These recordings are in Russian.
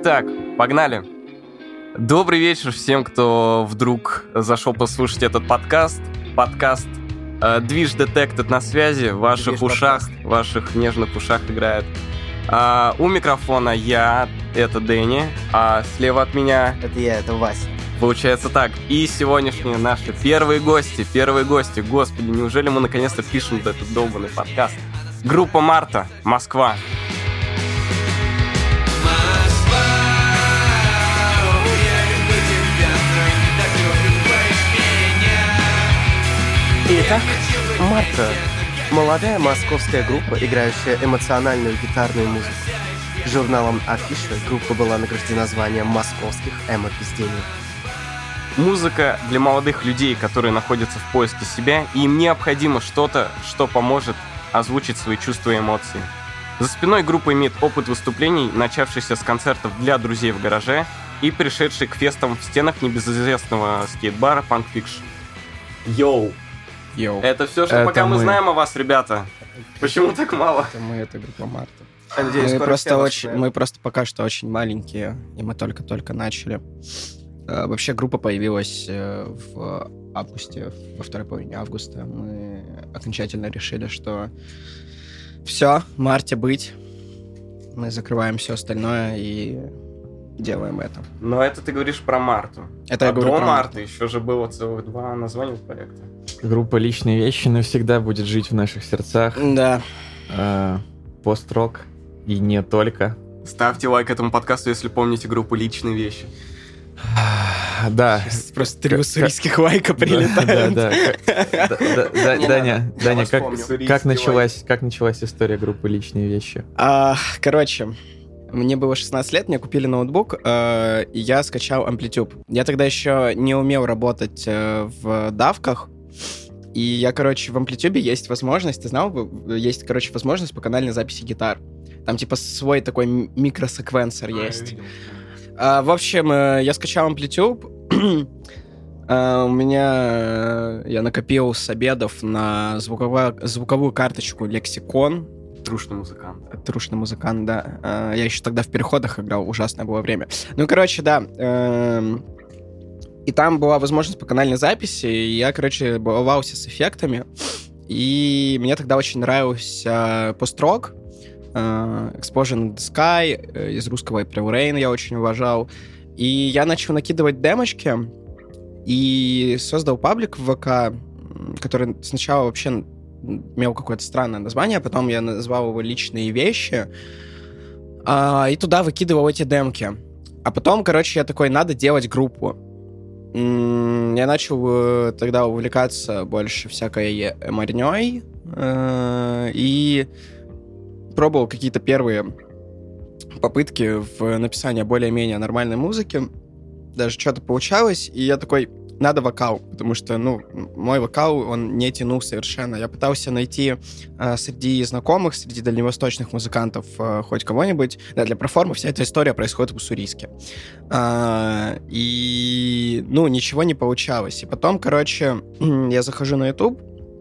Итак, погнали. Добрый вечер всем, кто вдруг зашел послушать этот подкаст. Подкаст Движ Detected на связи, в ваших ушах, в ваших нежных ушах играет. У микрофона я, это Дэнни, а слева от меня... Это я, это Вася. Получается так. И сегодняшние наши первые гости. Господи, неужели мы наконец-то пишем этот долбанный подкаст? Группа Марта, Москва. Итак, Марта. Молодая московская группа, играющая эмоциональную гитарную музыку. Журналом Афиша группа была награждена званием московских эмо-пиздений. Музыка для молодых людей, которые находятся в поиске себя, и им необходимо что-то, что поможет озвучить свои чувства и эмоции. За спиной группа имеет опыт выступлений, начавшийся с концертов для друзей в гараже и пришедший к фестам в стенах небезызвестного скейт-бара Punk Fiction. Йоу! Это все, что пока мы знаем о вас, ребята. Почему так мало? Это группа Марта. Надеюсь, мы просто пока что очень маленькие, и мы только-только начали. Вообще группа появилась в августе, во второй половине августа. Мы окончательно решили, что все, Марте быть. Мы закрываем все остальное и делаем это. Но это ты говоришь про Марту. Это я говорю до про Марты еще же было целых 2 названия проекта. Группа «Личные вещи» навсегда будет жить в наших сердцах. Да. Пост-рок и не только. Ставьте лайк этому подкасту, если помните группу «Личные вещи». Да. Просто 3 уссурийских лайка прилетают. Даня, как началась история группы «Личные вещи»? Короче, мне было 16 лет, мне купили ноутбук, и я скачал Amplitude. Я тогда еще не умел работать в давках, и я, в Amplitude есть возможность, ты знал, есть, возможность по канальной записи гитар. Там, свой такой микросеквенсор есть. В общем, я скачал Amplitude, я накопил с обедов на звуковую карточку Lexicon. Трушный музыкант, да. Я еще тогда в переходах играл, ужасное было время. Да. И там была возможность по канальной записи, и я, баловался с эффектами. И мне тогда очень нравился пост-рок, Explosion in the Sky, из русского April Rain я очень уважал. И я начал накидывать демочки, и создал паблик в ВК, который сначала вообще имел какое-то странное название, а потом я назвал его «Личные вещи», и туда выкидывал эти демки. А потом, я такой, надо делать группу. Я начал тогда увлекаться больше всякой эморнёй, и пробовал какие-то первые попытки в написании более-менее нормальной музыки. Даже что-то получалось, и я такой, надо вокал, потому что, мой вокал, он не тянул совершенно. Я пытался найти среди знакомых, среди дальневосточных музыкантов хоть кого-нибудь. Да, для проформы вся эта история происходит в Уссурийске. И, ничего не получалось. И потом, я захожу на YouTube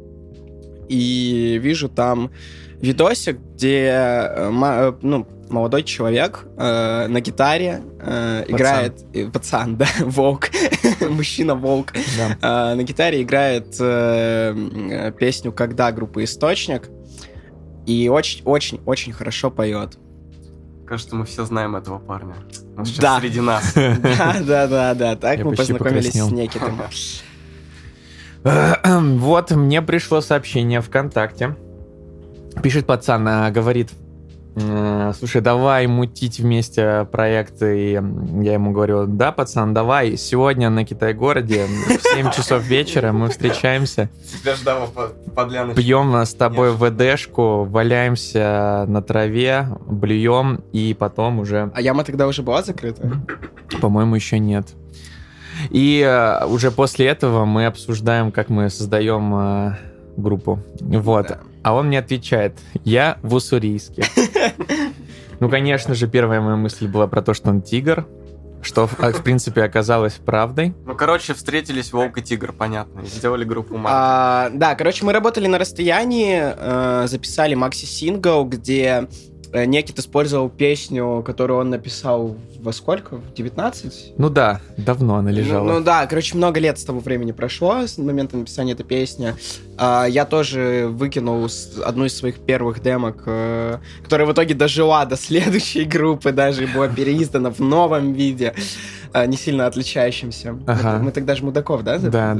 и вижу там видосик, где, молодой человек на гитаре играет... Пацан, да, волк. Мужчина-волк. Да. На гитаре играет песню «Когда» группы «Источник». И очень-очень-очень хорошо поет. Кажется, мы все знаем этого парня. Он сейчас среди нас. Да. Так я мы познакомились покраснел. с Некитом. Вот, мне пришло сообщение ВКонтакте. Пишет пацан, говорит... Слушай, давай мутить вместе проекты. И я ему говорю, да, пацан, давай. Сегодня на Китай-городе в 7 часов вечера мы встречаемся. Тебя ждало подляночку. Пьем с тобой ВДшку, валяемся на траве, блюем, и потом уже... А яма тогда уже была закрыта? По-моему, еще нет. И уже после этого мы обсуждаем, как мы создаем группу. Вот. Да. А он мне отвечает, я в Уссурийске. Конечно же, первая моя мысль была про то, что он тигр, что, в принципе, оказалось правдой. Встретились волк и тигр, понятно, и сделали группу Марта. Да, мы работали на расстоянии, записали макси-сингл, где Некит использовал песню, которую он написал во сколько? В 19? Ну да, давно она лежала. Ну да, короче, много лет с того времени прошло, с момента написания этой песни. Я тоже выкинул одну из своих первых демок, которая в итоге дожила до следующей группы, даже и была переиздана в новом виде, не сильно отличающимся. Ага. Мы тогда же Мудаков, да? Да.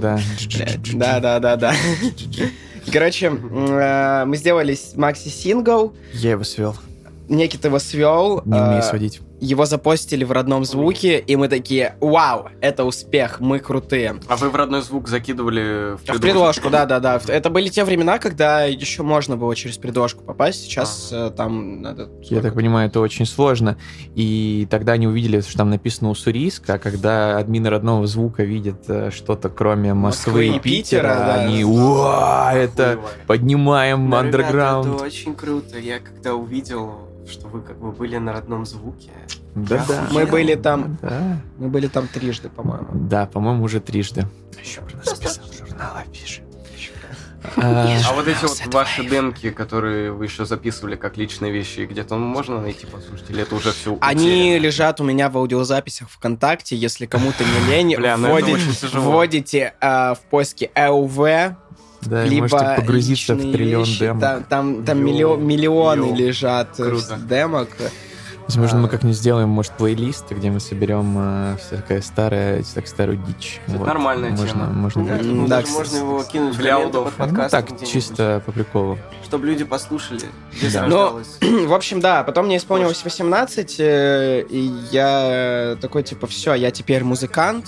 Да. Короче, мы сделали макси-сингл. Я его свел. Некит его свел. Не умею сводить. Его запостили в родном звуке, и мы такие: вау, это успех, мы крутые. А вы в родной звук закидывали в предложку? Да. Это были те времена, когда еще можно было через предложку попасть. Сейчас там надо... Я так понимаю, это очень сложно. И тогда они увидели, что там написано Уссурийск, а когда админы родного звука видят что-то кроме Москвы и Питера, да. они: уа, это поднимаем андерграунд. Это очень круто. Я когда увидел, что вы как бы были на родном звуке. Да. Мы были там. Да. Мы были там трижды, по-моему. Да, по-моему, уже трижды. Еще про нас писал журнал Афиши. А вот эти вот ваши демки, которые вы еще записывали как личные вещи, где-то можно найти, послушать? Или это уже все Они лежат у меня в аудиозаписях ВКонтакте. Если кому-то не лень, вводите в поиске ЛВ. Да, и можете погрузиться в триллион демок. Там миллионы лежат демок. Возможно, мы как-нибудь сделаем, может, плейлист, где мы соберем всякую старую дичь. Это нормальная тема. Можно его кинуть в ленту под подкаст. Так, чисто по приколу. Чтобы люди послушали. Ну, в общем, да, потом мне исполнилось 18, и я такой, типа, все, я теперь музыкант.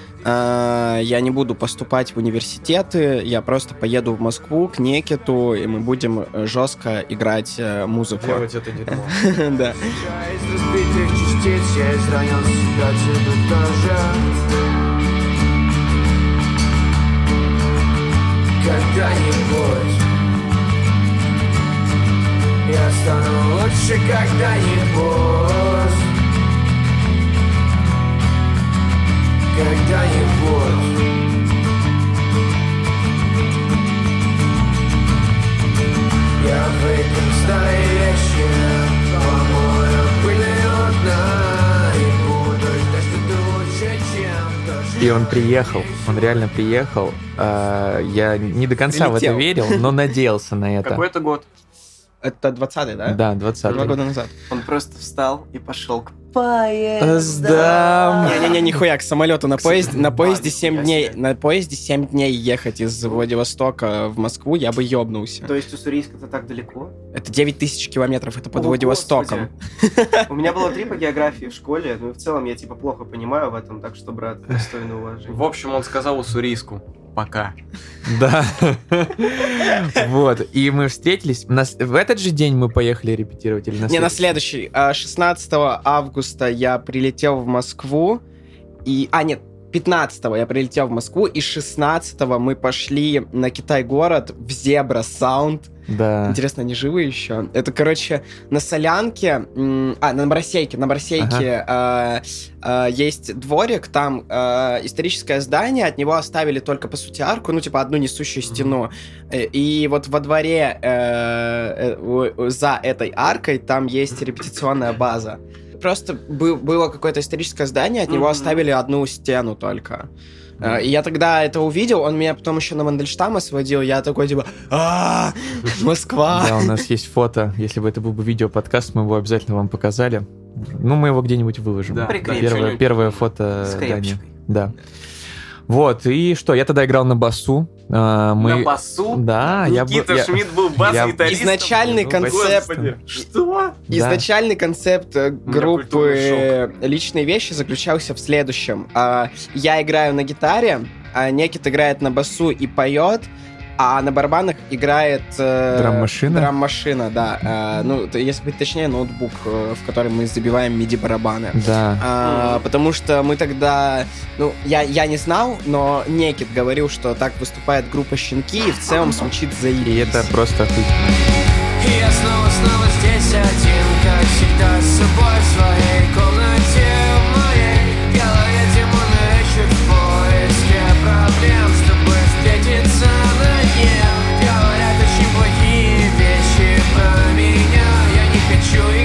Я не буду поступать в университеты, я просто поеду в Москву к Некиту, и мы будем жестко играть музыку. Делать это дерьмо. Да. Из разбитых частиц я изранил себя, тебе тоже. Когда-нибудь я стану лучше, когда-нибудь. Когда-нибудь. Я выкину старые вещи, помою пылью дна, и буду ждать, что ты лучше, чем то, что... И он приехал, он реально приехал. Я не до конца в это верил, но надеялся на это. Какой это год? Это 20-й, да? Да, 20-й. 2 года назад. Он просто встал и пошел к поездам. Не-не-не, нихуя, к самолету на поезде 7 дней. На поезде 7 дней ехать из Владивостока в Москву, я бы ёбнулся. То есть Уссурийск это так далеко? Это 9000 километров, это под О, Владивостоком. У меня было 3 по географии в школе, но в целом я типа плохо понимаю в этом, так что, брат, достойно уважения. В общем, он сказал Уссурийску. Пока. Да. Вот. И мы встретились. В этот же день мы поехали репетировать или на следующий? Не, на следующий. 16 августа я прилетел в Москву. И... нет. 15-го я прилетел в Москву, и 16-го мы пошли на Китай-город в Зебра Саунд. Да. Интересно, они живы еще? Это, короче, на Солянке, на Барсейке есть дворик, там историческое здание, от него оставили только, по сути, арку, ну, типа, одну несущую стену. И вот во дворе за этой аркой там есть репетиционная база. Просто было какое-то историческое здание, от него оставили одну стену только. И я тогда это увидел, он меня потом еще на Мандельштама сводил, я такой типа: Москва! Да, у нас есть фото, если бы это был бы видео-подкаст, мы его обязательно вам показали. Ну, мы его где-нибудь выложим. Да, Первое фото здания. Да. Вот, и что, я тогда играл на басу. На басу? Да, Никита Шмидт был бас-гитаристом. Изначальный концепт... Господи, что? Изначальный концепт группы «Личные вещи» заключался в следующем. Я играю на гитаре, Некит играет на басу и поет, а на барабанах играет... Драм-машина? Драм-машина, да. Ну, если быть точнее, ноутбук, в котором мы забиваем MIDI-барабаны. Да. Потому что мы тогда... Ну, я не знал, но Некит говорил, что так выступает группа «Щенки», и в целом звучит заебись. И это просто охуительно. И я снова здесь один, как всегда, с собой в своей комнате, в моей голове демоны ищут в поиске проблем, чтобы встретиться на дне. Говорят очень плохие вещи про меня, я не хочу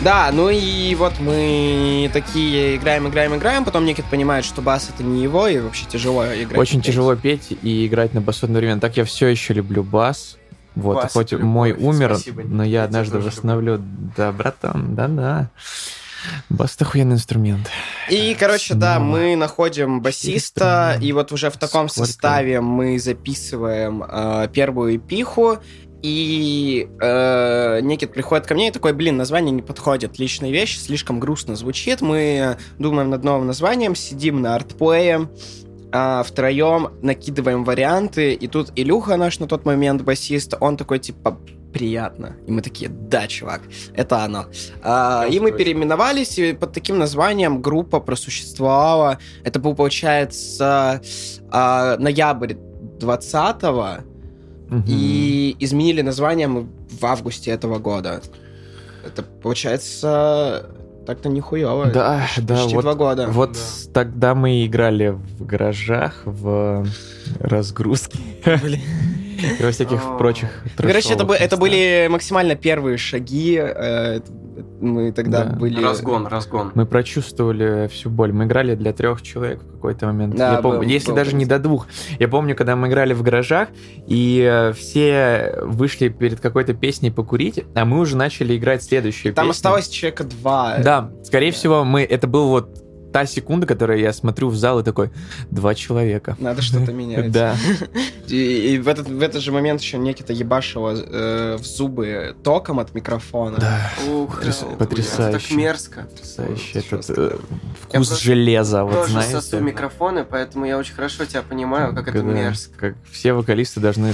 Да, ну и вот мы такие играем, потом Никит понимает, что бас это не его, и вообще тяжело играть. Очень тяжело петь и играть на басу одновременно. Так я все еще люблю бас. Вот, Бас хоть это мой любовь. умер, Спасибо, но я я однажды тебя тоже восстановлю. Да, братан, да-да. Бас — это охуенный инструмент. И, короче, да, Снова. мы находим басиста, Инструмент. и вот уже в таком Сколько? составе мы записываем первую эпиху, и Никит приходит ко мне и такой, блин, название не подходит, личные вещи, слишком грустно звучит, мы думаем над новым названием, сидим на артплее, втроем накидываем варианты, и тут Илюха наш на тот момент басист, он такой, типа, приятно. И мы такие, да, чувак, это оно. И мы переименовались, и под таким названием группа просуществовала. Это был, получается, ноябрь 20-го, и изменили название мы в августе этого года. Это, получается, так-то нихуёво. Да, да, Почти вот, 2 года. вот Да. тогда мы играли в гаражах, в разгрузке Блин. и во всяких О. прочих Короче, это трэшовых были максимально первые шаги. Мы тогда Да. были... Разгон. Мы прочувствовали всю боль. Мы играли для 3 человек в какой-то момент. Да, Я помню, был- если был даже не до 2. Я помню, когда мы играли в гаражах, и все вышли перед какой-то песней покурить, а мы уже начали играть следующую Там песню. осталось человека 2. Да, скорее всего, это был вот та секунда, которая я смотрю в зал и такой, 2 человека. Надо что-то менять. Да. И в этот же момент еще Никита ебашила в зубы током от микрофона. Да. Ух, Потрясающе. это так мерзко. Потрясающе. Этот Жестко. Я вкус просто железа, вот Тоже знаете. сосу микрофоны, поэтому я очень хорошо тебя понимаю, как это Когда- мерзко. Как все вокалисты должны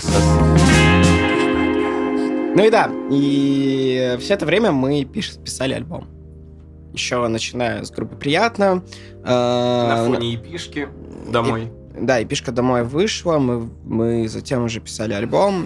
Ну и да, и все это время мы писали альбом. Еще начиная с группы «Приятно». На фоне эпишки домой. Да, эпишка домой вышла, мы затем уже писали альбом.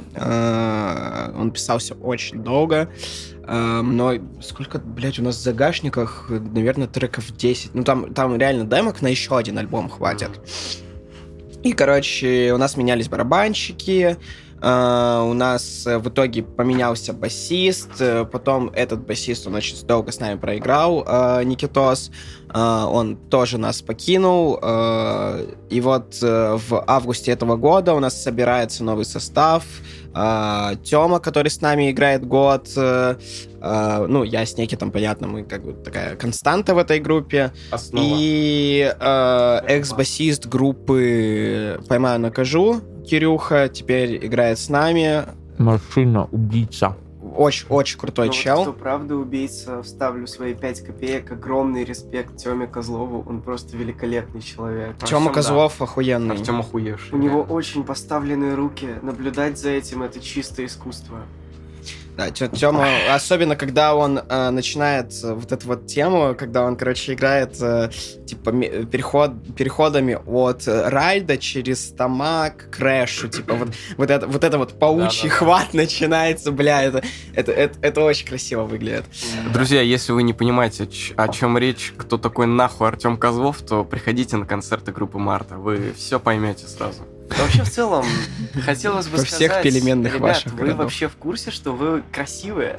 Он писался очень долго. Но сколько, блядь, у нас в загашниках, наверное, треков 10. Ну, там реально демок на еще один альбом хватит. И, короче, у нас менялись барабанщики, у нас в итоге поменялся басист, потом этот басист, он очень долго с нами проиграл, Никитос, он тоже нас покинул, и вот в августе этого года у нас собирается новый состав, Тёма, который с нами играет год, ну, я с Никитом, понятно, мы как бы такая константа в этой группе, Основа. и экс-басист группы «Поймаю, накажу», Кирюха, теперь играет с нами. Машина, убийца. Очень крутой Но чел. Вот кто правда убийца, вставлю свои 5 копеек. Огромный респект Тёме Козлову. Он просто великолепный человек. Тёма Артём, Козлов охуенный. Артем охуевший. У него очень поставленные руки. Наблюдать за этим — это чистое искусство. Да, Тёма, особенно когда он начинает вот эту вот тему, когда он, короче, играет типа переходами от райда через стамак к крэшу, типа вот это вот паучий Да-да-да. хват начинается, бля, это очень красиво выглядит. Друзья, если вы не понимаете, о чем речь, кто такой нахуй Артем Козлов, то приходите на концерты группы Марта. Вы все поймете сразу. Но вообще, в целом, хотелось бы Во сказать... всех переменных ребят, ваших вы городов. вообще в курсе, что вы красивые?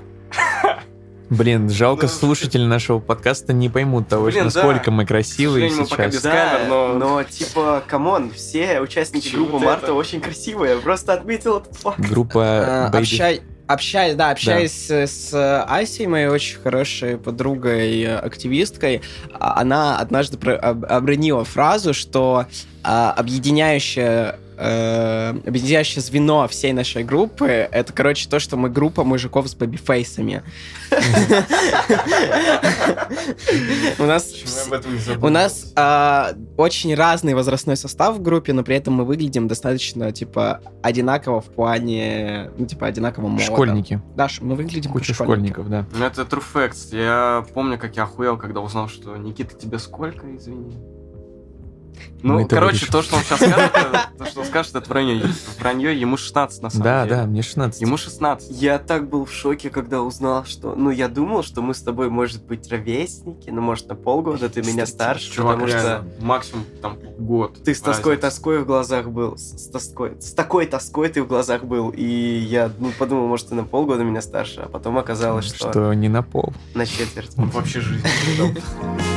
Блин, жалко, слушатели нашего подкаста не поймут того, Блин, насколько да. мы К красивые сожалению, мы пока сейчас. без камер, но- типа, камон, все участники Чего группы вот Марта это? очень красивые. Я просто отметил этот факт. Группа Baby. Общаясь с Асей, моей очень хорошей подругой, активисткой, она однажды обронила фразу, что объединяющее звено всей нашей группы — это, короче, то, что мы группа мужиков с бэби-фейсами. У нас очень разный возрастной состав в группе, но при этом мы выглядим достаточно, типа, одинаково в плане, ну, типа, одинаково молодо. Школьники. Да, мы выглядим Куча как школьники. школьников, да. Ну, это true facts. Я помню, как я охуел, когда узнал, что Никита, тебе сколько, извини? Ну, Мы это короче, вырежем. то, что он сейчас скажет, это вранье. Ему 16, на самом деле. Да, мне 16. Ему 16. Я так был в шоке, когда узнал, что... Ну, я думал, что мы с тобой, может быть, ровесники, но, может, на полгода ты меня старше, Чувак, потому что реально, максимум там год. ты с тоской в глазах был. С такой тоской ты в глазах был. И я подумал, может, ты на полгода меня старше, а потом оказалось, что не на пол. на четверть. Он вообще жизнь не видел.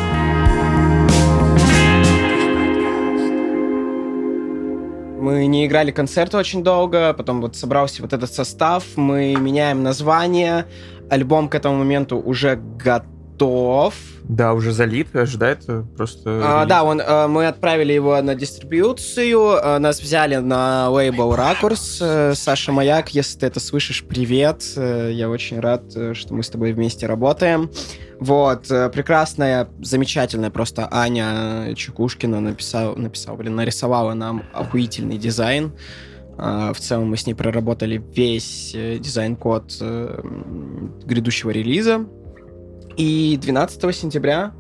Мы не играли концерты очень долго, потом вот собрался вот этот состав, мы меняем название, альбом к этому моменту уже готов. Да, уже залит, ожидает просто... Да, мы отправили его на дистрибьюцию, нас взяли на лейбл «Ракурс». Саша Маяк, если ты это слышишь, привет. Я очень рад, что мы с тобой вместе работаем. Вот, прекрасная, замечательная просто Аня Чекушкина нарисовала нам охуительный дизайн. В целом мы с ней проработали весь дизайн-код грядущего релиза. И 12 сентября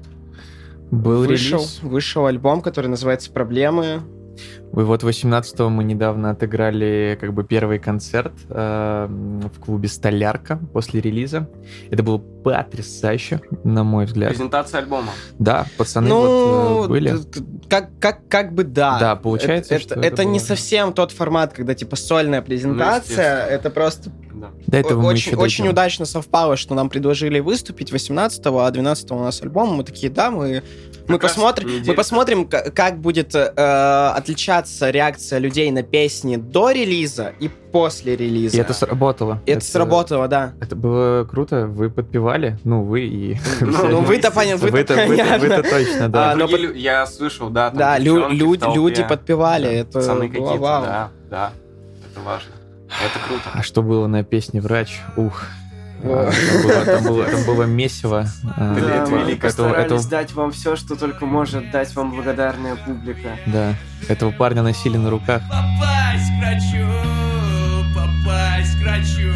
вышел альбом, который называется «Проблемы». И вот 18-го мы недавно отыграли как бы первый концерт в клубе «Столярка» после релиза. Это было потрясающе, на мой взгляд. Презентация альбома. Да, пацаны вот были. Как бы да. Да, получается, что это не совсем тот формат, когда типа сольная презентация, это просто... Да. До этого мы еще очень дойдем. удачно совпало, что нам предложили выступить 18-го, а 12-го у нас альбом. Мы такие, да, мы посмотрим, как будет отличаться реакция людей на песни до релиза и после релиза. И это сработало. Это сработало, да. Это было круто, вы подпевали, вы и... Вы-то понятно. Вы-то точно, да. Я слышал, да. там Да, девчонки в толпе. люди подпевали, это Пацаны было какие-то, вау. да, это важно. Это круто. А что было на песне «Врач»? Там было месиво. Да, мы великое. постарались дать вам все, что только может дать вам благодарная публика. Да, этого парня носили на руках. Попасть к врачу, попасть к врачу.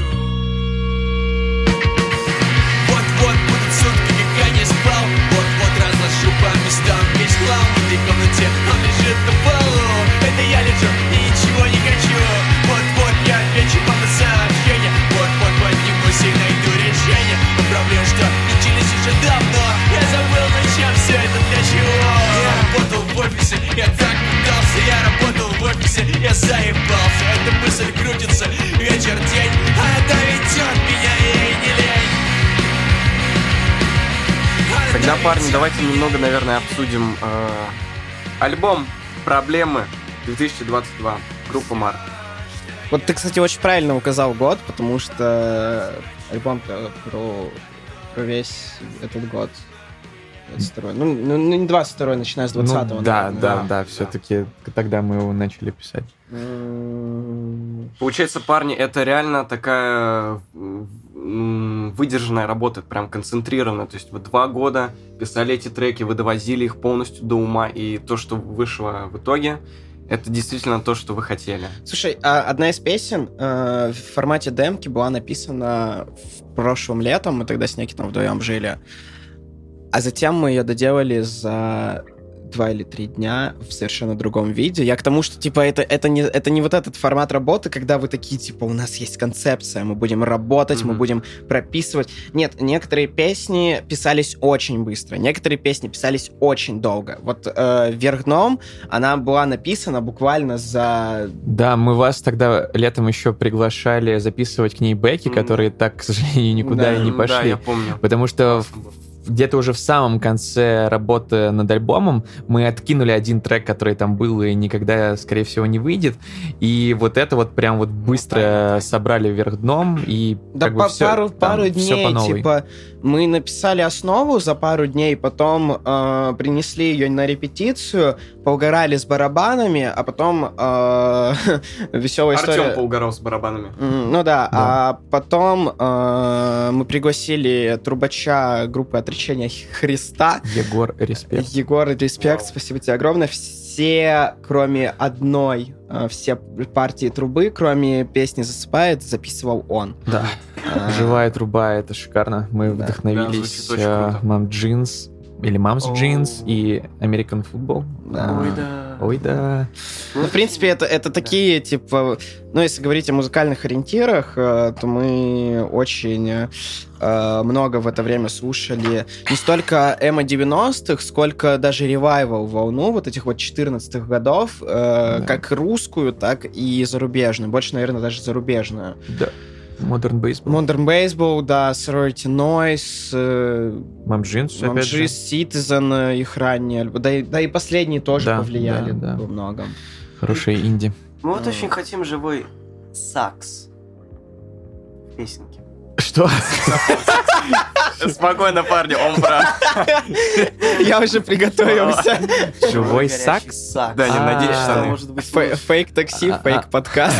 Вот-вот будут сутки, как я не спал. Вот-вот разложу по местам весь хлам. В этой комнате он лежит на полу. Это я лежу и ничего не хочу. Вот-вот я отвечу вам на сообщение. Вот-вот поднимусь и найду решение. Проблем, что начались уже давно. Я забыл, зачем все это, для чего. Я работал в офисе, я так пытался. Я работал в офисе, я заебался. Эта мысль крутится вечер, день. Она ведет меня, ей не лень. Тогда, парни, давайте немного, наверное, обсудим альбом «Проблемы» 2022. Группа «Марк». Вот ты, кстати, очень правильно указал год, потому что альбом про весь этот год. 22-й. Не 22-й, начиная с 20-го. Да, все-таки тогда мы его начали писать. Получается, парни, это реально такая выдержанная работа, прям концентрированная. То есть вы 2 года писали эти треки, вы довозили их полностью до ума, и то, что вышло в итоге, это действительно то, что вы хотели. Слушай, одна из песен в формате демки была написана прошлым летом, мы тогда с Никитом вдвоем жили, а затем мы ее доделали за 2 или 3 дня в совершенно другом виде. Я к тому, что, типа, это не вот этот формат работы, когда вы такие, типа, у нас есть концепция, мы будем работать, мы будем прописывать. Нет, некоторые песни писались очень быстро, некоторые песни писались очень долго. Вот «Вверх дном», она была написана буквально за... Да, мы вас тогда летом еще приглашали записывать к ней бэки, которые так, к сожалению, никуда и не пошли. Да, я помню. Потому что где-то уже в самом конце работы над альбомом мы откинули один трек, который там был и никогда, скорее всего, не выйдет. И вот это вот прям вот быстро собрали вверх дном и да, как бы все пару дней, все по новой. Типа, мы написали основу за пару дней, потом принесли ее на репетицию, поугорали с барабанами, а потом веселая история... Артем поугорал с барабанами. Ну да, а потом мы пригласили трубача группы «Отречение Христа». Егор, респект. Егор, респект, спасибо тебе огромное. Все, кроме одной, все партии трубы, кроме песни «Засыпает», записывал он. Да. Живая труба, это шикарно. Мы вдохновились звучит очень круто. Мам Джинс. или Mom's Jeans и American Football. Да. Ой, да. Ой, да. Ну, в принципе, это такие, типа, ну, если говорить о музыкальных ориентирах, то мы очень много в это время слушали не столько эмо 90-х, сколько даже ревайвал волну вот этих вот 14-х годов, как русскую, так и зарубежную. Больше, наверное, даже зарубежную. Да. Modern Baseball. Modern Baseball, да, Sorority Noise, Mom's Jeans, Mom's опять же. Jeans, Citizen, их ранние альбомы. Да и последние тоже Да, повлияли да. во многом. Хорошие инди. Мы вот очень хотим живой сакс в песенке. Что? Спокойно, парни, он прав. Я уже приготовился. Живой Горячий сакс? сакс. Да, не надеть Что штаны. может быть Фейк такси, фейк подкаст.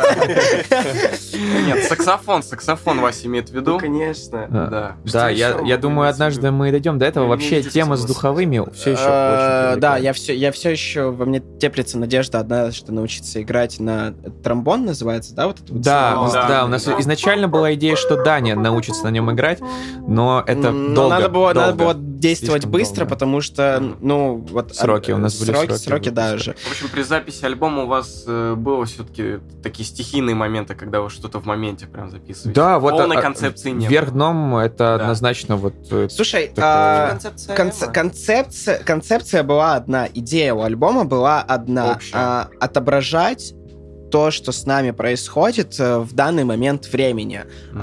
Нет, саксофон Вася имеет в виду. Ну, конечно. Да. Да, я думаю, однажды мы дойдем до этого. Вы Вообще, имеете тема с смысл. духовыми все еще очень Да, привлекает. я все еще, во мне теплится надежда однажды научиться играть на тромбон, называется, да? Вот это вот Да, слово? да, у нас изначально была идея, что Даня научится на нем играть, но это Но долго. надо было долго. действовать Слишком быстро, долго. потому что, ну, вот... Сроки, у нас были сроки. Сроки, да, же. В общем, при записи альбома у вас было все-таки такие стихийные моменты, когда вы что-то в моменте прям записываете. Да, вот Полной концепции нет. вверх дном это Да. однозначно вот. Слушай, Такое. Концепция концепция была одна, идея у альбома была одна. Общая. Отображать то, что с нами происходит в данный момент времени.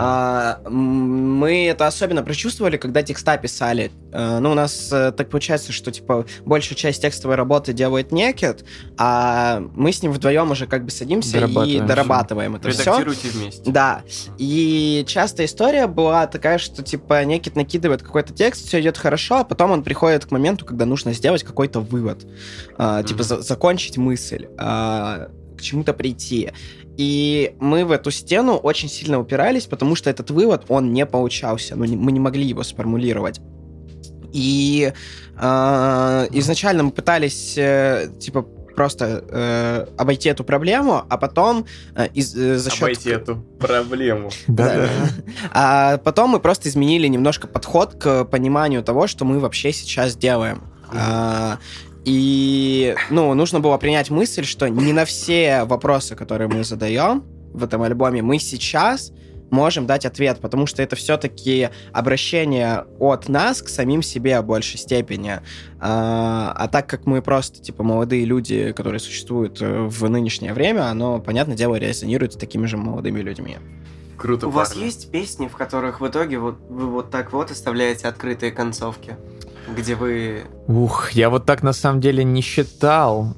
Мы это особенно прочувствовали, когда текста писали. Ну, у нас так получается, что, типа, большую часть текстовой работы делает Некед, а мы с ним вдвоем уже как бы садимся и Дорабатываем дорабатываем это все. Редактируйте вместе. Да, и часто история была такая, что, типа, Некед накидывает какой-то текст, все идет хорошо, а потом он приходит к моменту, когда нужно сделать какой-то вывод, типа, закончить мысль, к чему-то прийти. И мы в эту стену очень сильно упирались, потому что этот вывод, он не получался, мы не могли его сформулировать. И изначально мы пытались, типа, просто обойти эту проблему, а потом за счет... Обойти эту проблему. Да. А потом мы просто изменили немножко подход к пониманию того, что мы вообще сейчас делаем. И, ну, нужно было принять мысль, что не на все вопросы, которые мы задаем в этом альбоме, мы сейчас можем дать ответ, потому что это все-таки обращение от нас к самим себе в большей степени. А так как мы просто, типа, молодые люди, которые существуют в нынешнее время, оно, понятное дело, резонирует с такими же молодыми людьми. Круто, У вас парни. есть песни, в которых в итоге вот вы вот так вот оставляете открытые концовки? Где вы... Ух, я вот так на самом деле не считал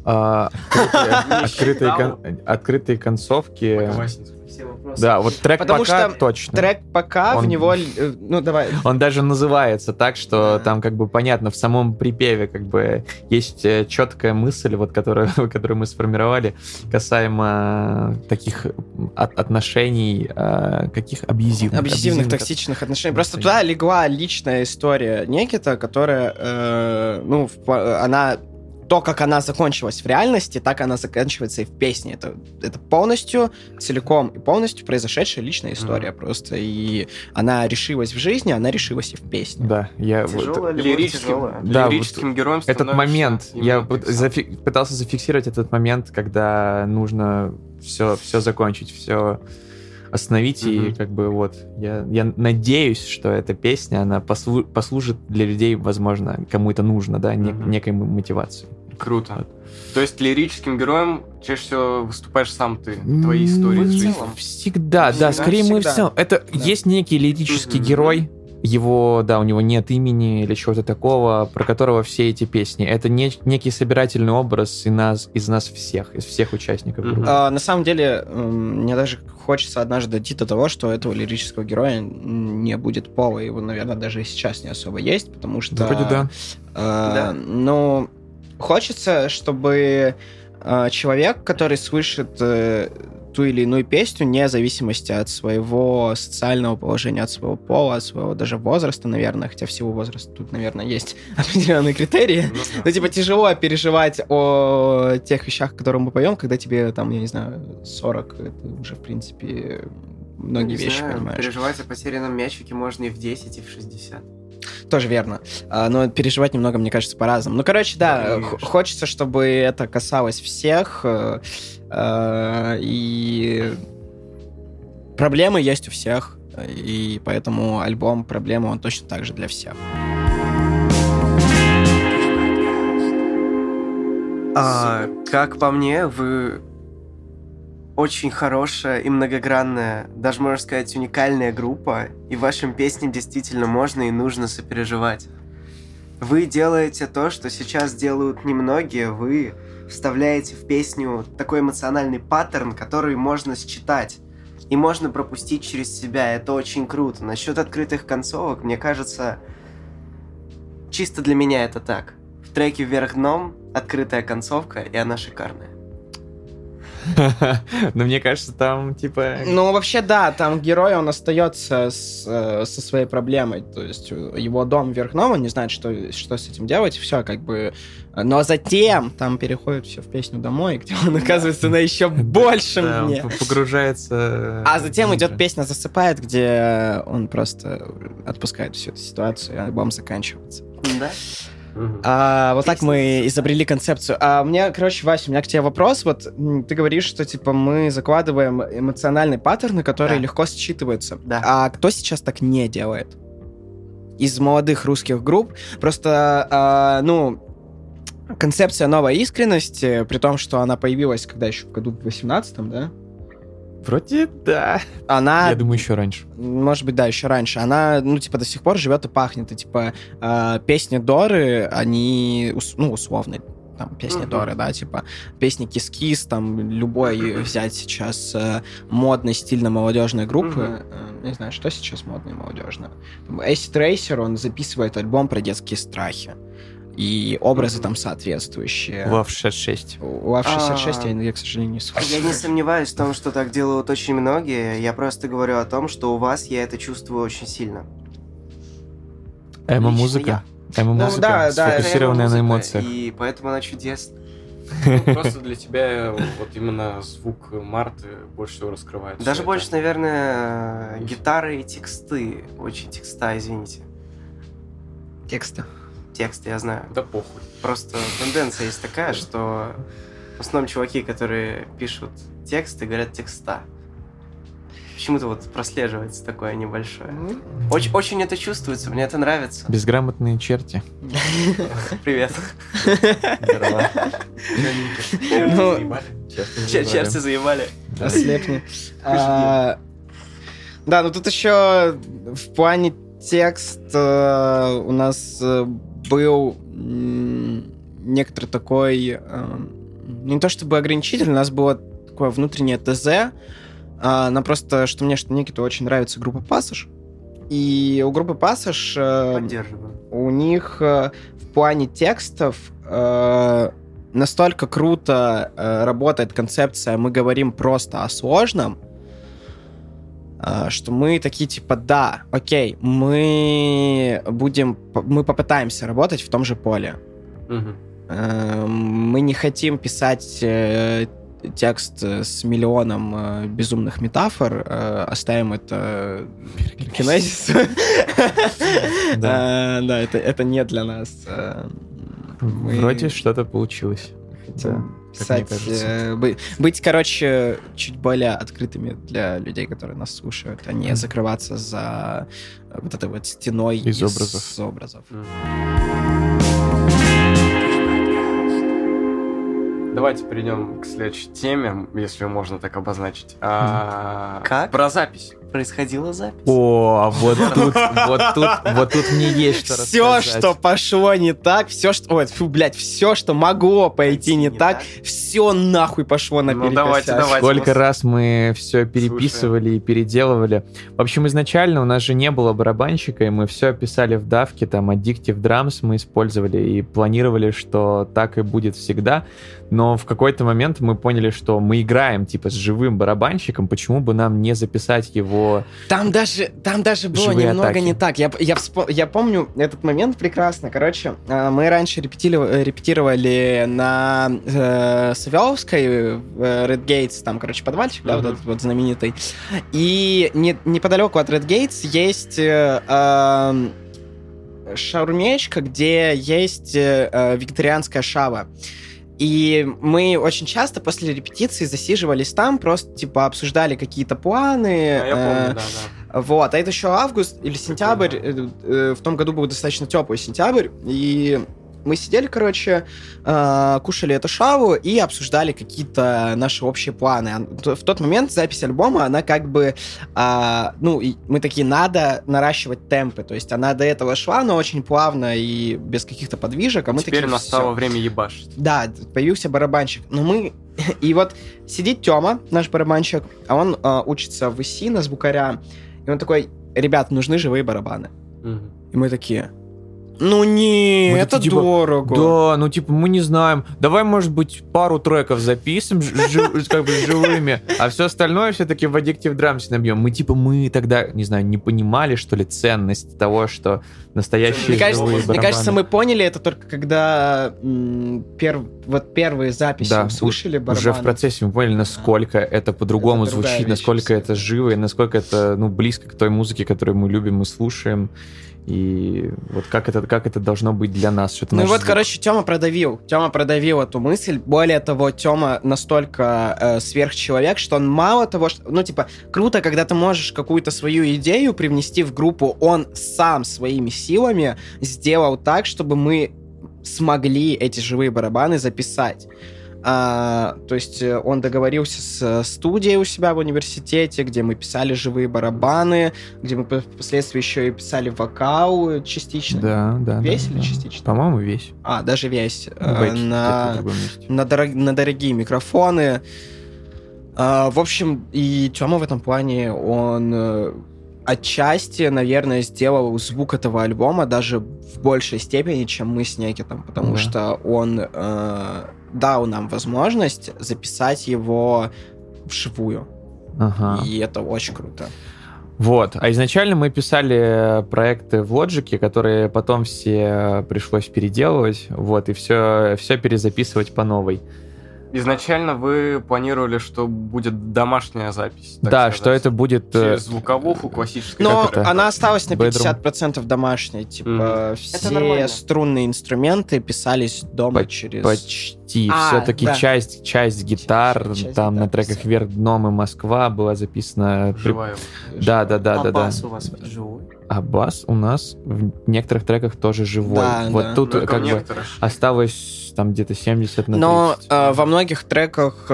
открытые концовки. Пока Вася не спросил. Все вопросы. Да, вот трек Потому пока что точно. Трек пока в Он- него... Ну, давай. Он даже называется так, что Да. там как бы понятно, в самом припеве как бы есть четкая мысль, вот, которую мы сформировали касаемо таких отношений, каких абьюзивных. Абьюзивных, токсичных отношений. Просто туда легла личная история Некита, которая, она... То, как она закончилась в реальности, так она заканчивается и в песне. Это полностью, целиком и полностью произошедшая личная история просто. И она решилась в жизни, она решилась и в песне. Да, я Тяжелая любовь, Лирическим, тяжелая. Да, лирическим героем этот становишься момент, именно я ты вот сам. пытался зафиксировать этот момент, когда нужно все закончить, все остановить, и Мгм. как бы вот, я надеюсь, что эта песня, она послужит для людей, возможно, кому это нужно, да, Мгм. некой мотивацией. Круто. То есть лирическим героем чаще всего выступаешь сам ты, твои истории в из жизни. целом. Всегда, да, Всегда, скорее мы всегда. все. Это Да. есть некий лирический Мгм. герой, его, да, у него нет имени или чего-то такого, про которого все эти песни. Это некий собирательный образ из нас всех, из всех участников Мгм. группы. На самом деле, мне даже хочется однажды дойти до того, что этого лирического героя не будет пола. Его, наверное, даже и сейчас не особо есть, потому что... Вроде да. Да. Ну, хочется, чтобы человек, который слышит ту или иную песню, вне зависимости от своего социального положения, от своего пола, от своего даже возраста, наверное, хотя в силу возраста тут, наверное, есть определенные критерии. Ну да. Ну, типа, тяжело переживать о тех вещах, которые мы поем, когда тебе, там, я не знаю, 40, это уже, в принципе, многие Не вещи знаю, понимаешь. Переживать о потерянном мячике можно и в 10, и в 60. тоже верно. Но переживать немного, мне кажется, по-разному. Ну, короче, да, хочется, чтобы это касалось всех. И проблемы есть у всех. И поэтому альбом «Проблема», он точно так же для всех. Как по мне, вы очень хорошая и многогранная, даже, можно сказать, уникальная группа, и вашим песням действительно можно и нужно сопереживать. Вы делаете то, что сейчас делают немногие, вы вставляете в песню такой эмоциональный паттерн, который можно считать, и можно пропустить через себя, это очень круто. Насчет открытых концовок, мне кажется, чисто для меня это так. В треке «Вверх дном» открытая концовка, и она шикарная. Но мне кажется, там, типа... Ну, вообще, да, там герой, он остается со своей проблемой. То есть его дом вверх дном, он не знает, что с этим делать, все как бы... Но затем там переходит все в песню «Домой», где он оказывается на еще большем дне. Погружается... А затем идет песня «Засыпает», где он просто отпускает всю эту ситуацию, и альбом заканчивается. Да? Вот так мы изобрели концепцию. Мне, короче, Вася, у меня к тебе вопрос. Вот ты говоришь, что типа мы закладываем эмоциональные паттерны, которые легко считываются. Да. А кто сейчас так не делает? Из молодых русских групп. Просто, концепция «Новая искренность», при том, что она появилась когда еще в году в 18-м, да? Вроде да. Она... Я думаю, еще раньше. Может быть, да, еще раньше. Она, до сих пор живет и пахнет. И, песни Доры, они, условно, там, песни Доры, да, песни Кис-Кис, там, любой взять сейчас модной, стильно-молодежной группы. Не знаю, что сейчас модно и молодежно. Acid Racer, он записывает альбом про детские страхи. И образы там соответствующие. УАВ-66. УАВ-66 я, к сожалению, не слышал. Я не сомневаюсь в том, что так делают очень многие. Я просто говорю о том, что у вас я это чувствую очень сильно. Эмо-музыка. Эмо-музыка, да, сфокусированная на эмоциях. И поэтому она чудесна. Просто для тебя вот именно звук Марты больше всего раскрывается. Даже больше, наверное, гитары и тексты. Очень текста, извините. Тексты, я знаю. Да похуй. Просто тенденция есть такая, что в основном чуваки, которые пишут тексты, говорят текста. Почему-то вот прослеживается такое небольшое. Очень это чувствуется, мне это нравится. Безграмотные черти. Привет. Здорово. Черти заебали. Ослепни. Да, но тут еще в плане текста у нас был некоторый такой, не то чтобы ограничитель, у нас было такое внутреннее ТЗ, но просто, что мне, что Никиту очень нравится группа Passage, и у группы Passage Поддерживаю. у них в плане текстов настолько круто работает концепция «мы говорим просто о сложном», что мы такие, да, окей, мы попытаемся работать в том же поле. Мы не хотим писать текст с миллионом безумных метафор, оставим это кинезису. Да, это не для нас. Вроде что-то получилось. Писать, быть, короче, чуть более открытыми для людей, которые нас слушают, а не закрываться за вот этой вот стеной из образов. Давайте перейдем к следующей теме, если можно так обозначить. Как? Про запись. Происходила запись. О, вот тут мне есть что рассказать. Все, что пошло не так, все, что могло пойти не так, все нахуй пошло наперекосяк. Давайте. Сколько раз мы все переписывали и переделывали. В общем, изначально у нас же не было барабанщика, и мы все писали в давке, там, Addictive Drums мы использовали и планировали, что так и будет всегда. Но в какой-то момент мы поняли, что мы играем, с живым барабанщиком, почему бы нам не записать его. Там даже было немного не так. Я помню этот момент прекрасно. Короче, мы раньше репетировали на Савеловской, Red Gates, там, подвальчик, да, вот этот вот знаменитый. И неподалеку от Red Gates есть шаурмечка, где есть вегетарианская шава. И мы очень часто после репетиции засиживались там, просто, типа, обсуждали какие-то планы. Я помню, да. Вот, а это еще август или сентябрь. В том году был достаточно теплый сентябрь, и мы сидели, короче, кушали эту шаву и обсуждали какие-то наши общие планы. В тот момент запись альбома, она как бы... и мы такие, надо наращивать темпы. То есть она до этого шла, но очень плавно и без каких-то подвижек. А мы Теперь такие, настало всё. время ебашить. Да, появился барабанщик. Но мы... И вот сидит Тёма, наш барабанщик, а он учится в ИСИ на звукаря. И он такой, ребят, нужны живые барабаны. И мы такие... Ну не, Мы это такие, типа, дорого. Да, ну типа мы не знаем. Давай, может быть, пару треков записываем как бы живыми, а все остальное все-таки в Addictive Drums набьем. Мы тогда, не знаю, не понимали, что ли, ценность того, что настоящие живые барабаны. Мне кажется, мы поняли это только когда первые записи Да, услышали барабаны. Уже в процессе мы поняли, насколько это по-другому Это другая звучит, вещь насколько это абсолютно. живо, и насколько это близко к той музыке, которую мы любим и слушаем. И вот как это должно быть для нас. Что-то Ну и наш вот, звук. короче, Тёма продавил эту мысль. Более того, Тёма настолько сверхчеловек, что он мало того, что... Ну, типа, круто, когда ты можешь какую-то свою идею привнести в группу. Он сам своими силами сделал так, чтобы мы смогли эти живые барабаны записать. То есть он договорился с студией у себя в университете, где мы писали живые барабаны, где мы впоследствии еще и писали вокал частично. Да. Весь да, или да. частично? По-моему, весь. Даже весь. Бэч, где-то в На другом месте. на дорогие микрофоны. В общем, и Тёма в этом плане, он отчасти, наверное, сделал звук этого альбома даже в большей степени, чем мы с Некитом, потому Да. что он дал нам возможность записать его вживую. Ага. И это очень круто. Вот. А изначально мы писали проекты в Logic, которые потом все пришлось переделывать, вот, и все перезаписывать по новой. Изначально вы планировали, что будет домашняя запись. так Да, сказать. что это будет... Через звуковуху классическую. Но это? она осталась на Bedroom? 50% домашней. Типа, Это нормально. все струнные инструменты писались дома через... Почти. А, Все-таки да. часть гитар, Часть там гитар на треках писали. «Вверх дном» и «Москва» была записана... Живая. Да. Бас у вас живой? А бас у нас в некоторых треках тоже живой. Да, вот да. тут Только как бы некоторые. осталось там где-то 70 на 30. Но во многих треках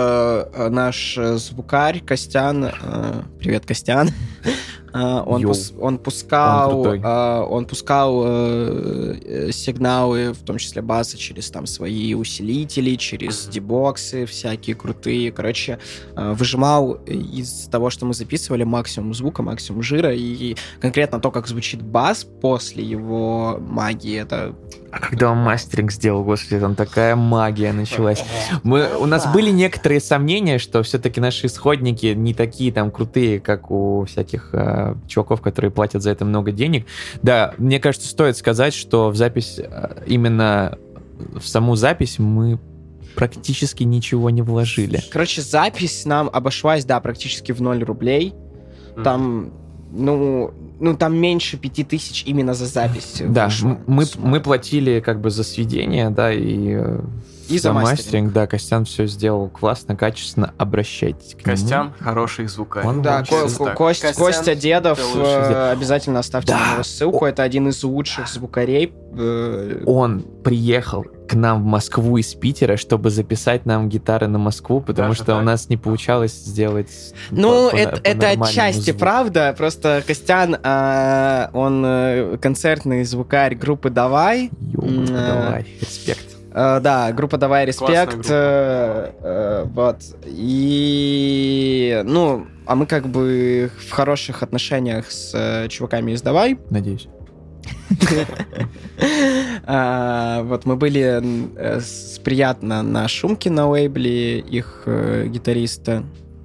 наш звукарь Костян, привет, Костян, он Йоу. Он пускал крутой. сигналы, в том числе баса, через там свои усилители, через дебоксы всякие крутые. Короче, выжимал из того, что мы записывали, максимум звука, максимум жира, и конкретно то, как звучит бас после его магии, это... А когда он мастеринг сделал, господи, там такая магия началась. У нас были некоторые сомнения, что все-таки наши исходники не такие там крутые, как у всяких чуваков, которые платят за это много денег. Да, мне кажется, стоит сказать, что в запись, именно в саму запись мы практически ничего не вложили. Короче, запись нам обошлась, да, практически в 0 рублей. Там, там меньше 5000 именно за запись. Да, вышло. мы платили как бы за сведения, да, и за мастеринг. да, Костян все сделал классно, качественно, обращайтесь к нему. Костян хороший звукарь. Он Да, вообще так. Костя Костян, Дедов, это лучший. обязательно оставьте Да. на него ссылку. Это один из лучших звукарей. Он приехал к нам в Москву из Питера, чтобы записать нам гитары на Москву, потому Даже что у так? нас не получалось сделать Ну, по это нормальному отчасти звуку. правда. Просто Костян, он концертный звукарь группы «Давай». Ёбаный, давай, респект. Да, группа «Давай, Классная респект». Вот. И, а мы как бы в хороших отношениях с чуваками из «Давай». Надеюсь. Вот мы были приятно на Шумке на лейбле их гитариста.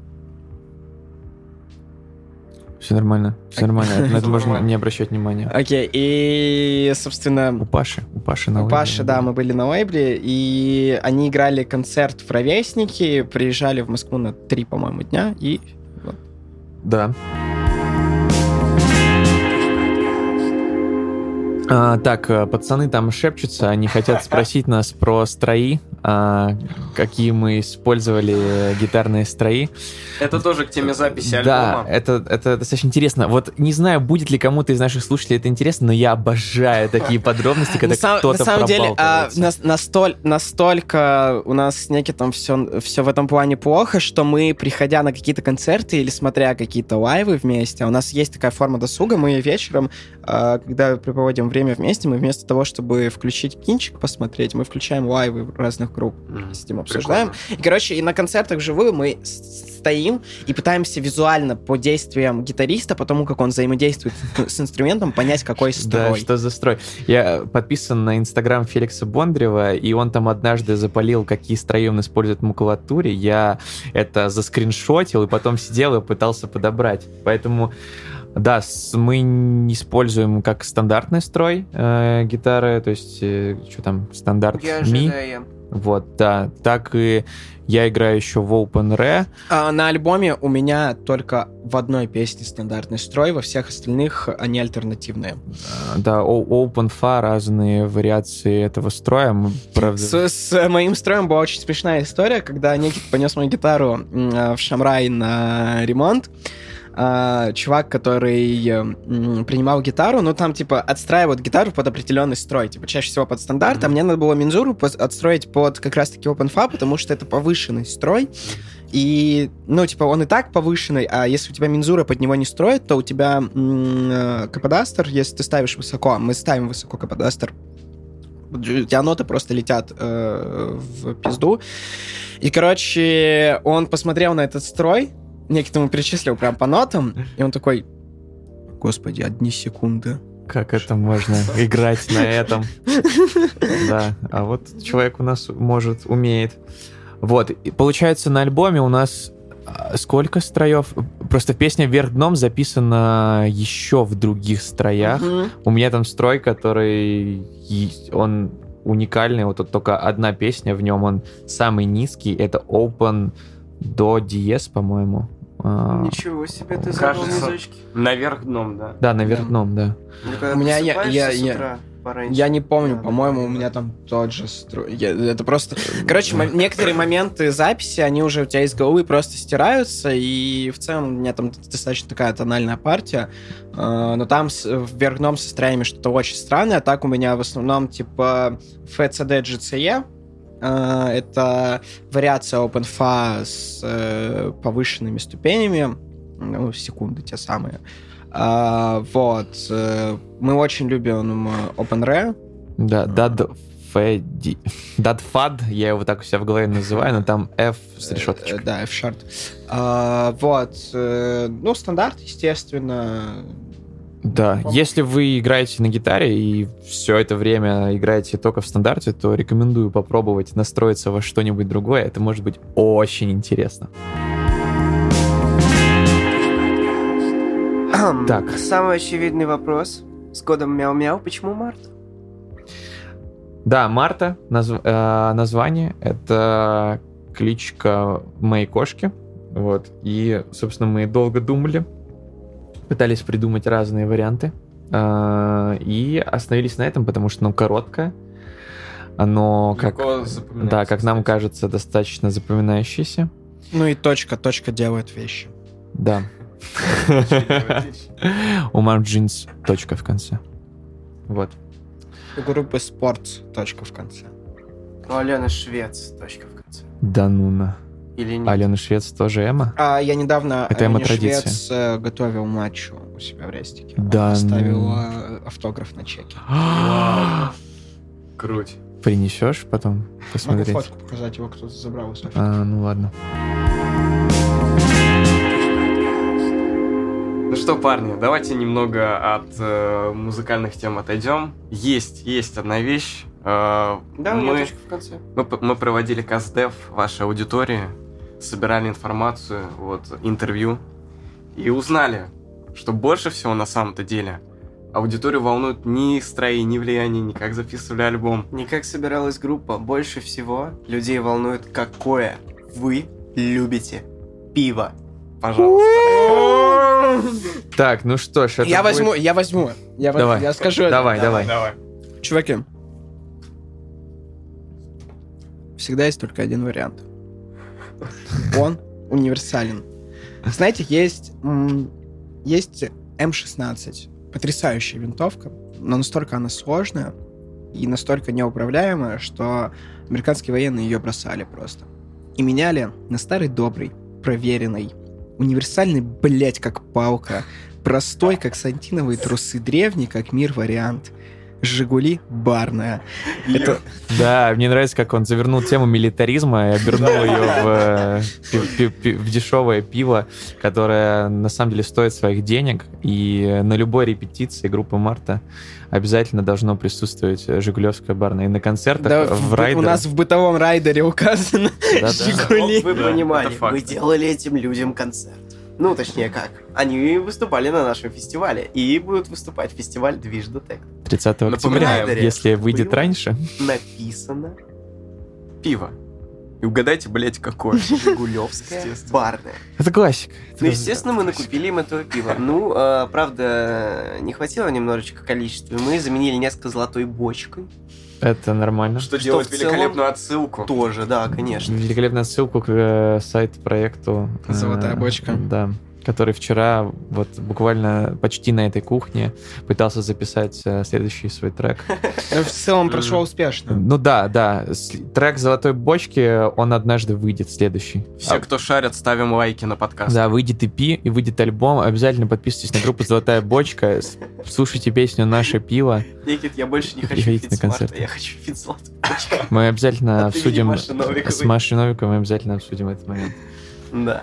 Все нормально, на это можно не обращать внимания. Окей, и, собственно, У Паши на у лейбле. Паши, да, мы были на лейбле, и они играли концерт в Ровеснике, приезжали в Москву на 3, по-моему, дня, и вот. Да. Так, пацаны там шепчутся, они хотят спросить нас про строи, какие мы использовали гитарные строи. Это тоже к теме записи Да, альбома. это достаточно интересно. Вот не знаю, будет ли кому-то из наших слушателей это интересно, но я обожаю такие подробности, когда кто-то На самом деле, пробалтывается. настолько у нас с Никитом все в этом плане плохо, что мы, приходя на какие-то концерты или смотря какие-то лайвы вместе, у нас есть такая форма досуга, мы вечером, когда проводим время вместе, мы вместо того, чтобы включить кинчик посмотреть, мы включаем лайвы разных групп, сидим, обсуждаем. И, короче, и на концертах вживую мы стоим и пытаемся визуально по действиям гитариста, по тому, как он взаимодействует с инструментом, понять, какой строй. Да, что за строй. Я подписан на инстаграм Феликса Бондарева, и он там однажды запалил, какие строи он использует в макулатуре. Я это заскриншотил, и потом сидел и пытался подобрать. Поэтому... Да, мы не используем как стандартный строй гитары, то есть, что там, стандарт ми. Вот, да. Так и я играю еще в Open Re. На альбоме у меня только в одной песне стандартный строй, во всех остальных они альтернативные. Да, Open Fa, разные вариации этого строя. Правда... С моим строем была очень смешная история, когда Никит понес мою гитару в Шамрай на ремонт. Чувак, который принимал гитару, ну, там, типа, отстраивают гитару под определенный строй, типа, чаще всего под стандарт, а мне надо было мензуру отстроить под как раз-таки Open Fa, потому что это повышенный строй, и, ну, типа, он и так повышенный, а если у тебя мензура под него не строит, то у тебя каподастер, если ты ставишь высоко, мы ставим высоко каподастер, у тебя ноты просто летят в пизду, и, короче, он посмотрел на этот строй, Никита ему перечислил прям по нотам, и он такой: господи, 1 секунда. Как это можно играть на этом? Да, а вот человек у нас умеет. Вот, и получается, на альбоме у нас сколько строев? Просто песня «Вверх дном» записана еще в других строях. У меня там строй, который... Он уникальный, вот тут только одна песня в нем, он самый низкий, это Open до диез, по-моему. Ничего себе, ты забыл низочки. Наверх дном, да. Да, наверх дном, да. У меня я не помню, по-моему, у меня там тот же строй. Это просто... Короче, некоторые моменты записи, они уже у тебя из головы просто стираются, и в целом у меня там достаточно такая тональная партия, но там вверх дном со строями что-то очень странное, а так у меня в основном типа FCD GCE. Это вариация Open Fa с повышенными ступенями, ну, секунды те самые. Вот. Мы очень любим Open Re. Да, Dad-Fad, я его так у себя в голове называю, но там F с решеточкой. Да, F-sharp. Вот. Ну, стандарт, естественно. Да, если вы играете на гитаре и все это время играете только в стандарте, то рекомендую попробовать настроиться во что-нибудь другое. Это может быть очень интересно. Так. Самый очевидный вопрос. С кодом мяу-мяу. Почему Марта? Да, Марта, название. Это кличка моей кошки. Вот. И, собственно, мы долго думали. Пытались придумать разные варианты. И остановились на этом, потому что оно короткое. Оно, как нам кажется, достаточно запоминающееся. Ну и точка делает вещи. Да. У Margins точка в конце. Вот. У группы Sports точка в конце. У Алены Швец точка в конце. Да ну на. Или нет? Алена Швец тоже Эма? Я недавно Это Алене Эма-традиция. Швец готовил матчу у себя в Рестике. Да, оставил автограф на чеке. Круть. Принесешь потом посмотреть? Могу фотку показать, его кто-то забрал. Ну ладно. Ну что, парни, давайте немного от музыкальных тем отойдем. Есть одна вещь. Да, у меня точка в конце. Мы проводили Каздев в вашей аудитории, собирали информацию, вот, интервью, и узнали, что больше всего на самом-то деле аудиторию волнует ни строи, ни влияние, ни как записывали альбом. Не как собиралась группа. Больше всего людей волнует, какое вы любите пиво. Пожалуйста. Так, ну что ж, это Я будет- возьму. Давай. Я скажу. это. Давай. Чуваки, всегда есть только один вариант. Он универсален. Знаете, есть М16. Потрясающая винтовка, но настолько она сложная и настолько неуправляемая, что американские военные ее бросали просто. И меняли на старый добрый, проверенный, универсальный, блять, как палка, простой, как сантиновые трусы, древний, как мир вариант. «Жигули» барная. Это Да, мне нравится, как он завернул тему милитаризма и обернул ее в дешевое пиво, которое на самом деле стоит своих денег. И на любой репетиции группы Марта обязательно должно присутствовать жигулевская барная. И на концертах да, в у райдерах. нас в бытовом райдере указано Да-да. «Жигули». Чтоб вы Да, понимали, это факт. мы делали этим людям концерт. Ну, точнее, как. Они выступали на нашем фестивале и будут выступать в фестивале «Движ Детект». 30 октября, Напоминаем, если выйдет было раньше. Написано Пиво. И угадайте, блядь, какое. «Жигулевская Естественно. барная». Это классика. Ну, естественно, мы накупили им этого пива. Ну, правда, не хватило немножечко количества. Мы заменили несколько золотой бочкой. Это нормально. Что Что делает в целом великолепную отсылку. Тоже, да, конечно. Великолепная ссылку к сайт-проекту. «Золотая бочка». Да. Который вчера вот буквально почти на этой кухне пытался записать следующий свой трек. В целом прошло успешно. Ну да. Трек «Золотой бочки», он однажды выйдет, следующий. Все, кто шарят, ставим лайки на подкаст. Да, выйдет EP и выйдет альбом. Обязательно подписывайтесь на группу «Золотая бочка». Слушайте песню «Наше пиво». Никит, я больше не хочу Приходите на фит с Марта, концерты. я хочу фит с Золотой бочкой. Мы обязательно От имени обсудим... Маши Новиковой. С Машей Новиковой мы обязательно обсудим этот момент. Да.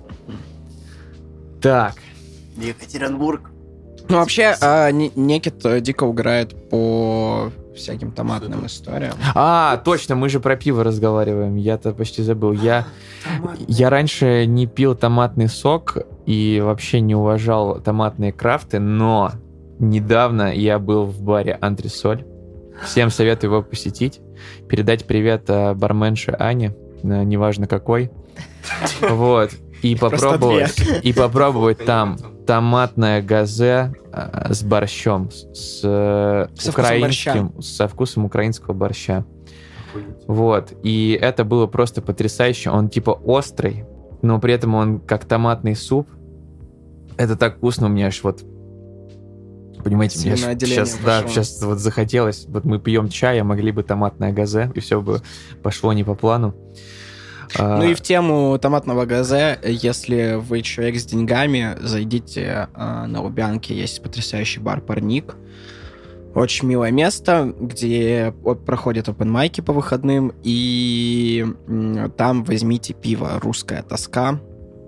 Так. Екатеринбург. Ну, вообще, Некит дико угорает по всяким томатным историям. Точно, мы же про пиво разговариваем. Я-то почти забыл. Я раньше не пил томатный сок и вообще не уважал томатные крафты, но недавно я был в баре «Антресоль». Всем советую его посетить. Передать привет барменше Ане, неважно какой. Вот. И попробовать там томатное газе с борщом, со вкусом украинского борща. Вот. И это было просто потрясающе. Он типа острый, но при этом он как томатный суп. Это так вкусно, у меня аж вот... Понимаете, мне сейчас вот захотелось. Вот мы пьем чай, а могли бы томатное газе, и все бы пошло не по плану. Ну и в тему томатного газе, если вы человек с деньгами, зайдите на Лубянке, есть потрясающий бар «Парник». Очень милое место, где проходят опенмайки по выходным, и там возьмите пиво «Русская тоска».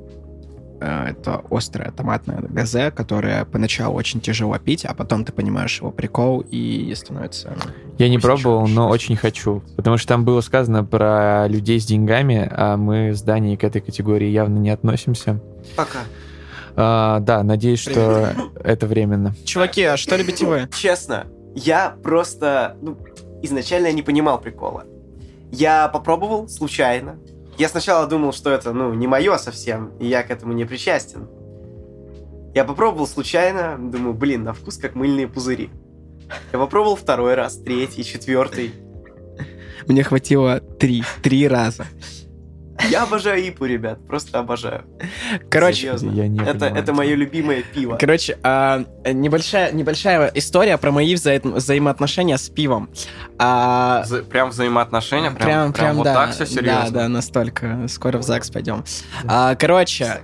Это острое томатное газе, которое поначалу очень тяжело пить, а потом ты понимаешь его прикол и становится... Я не пробовал, но очень хочу. Потому что там было сказано про людей с деньгами, а мы с Даней к этой категории явно не относимся. Пока. Да, надеюсь, что это временно. Чуваки, а что любите вы? Честно, я просто... изначально не понимал прикола. Я попробовал случайно. Я сначала думал, что это, не мое совсем, и я к этому не причастен. Я попробовал случайно, думаю, на вкус как мыльные пузыри. Я попробовал второй раз, третий, четвертый. Мне хватило три раза. Я обожаю ипу, ребят, просто обожаю. Короче, Серьезно. Я не понимаю. Это мое любимое пиво. Короче, небольшая история про мои взаимоотношения с пивом. Прям взаимоотношения? Прям вот да, так все серьезно? Да, настолько. Скоро в ЗАГС пойдем. Короче,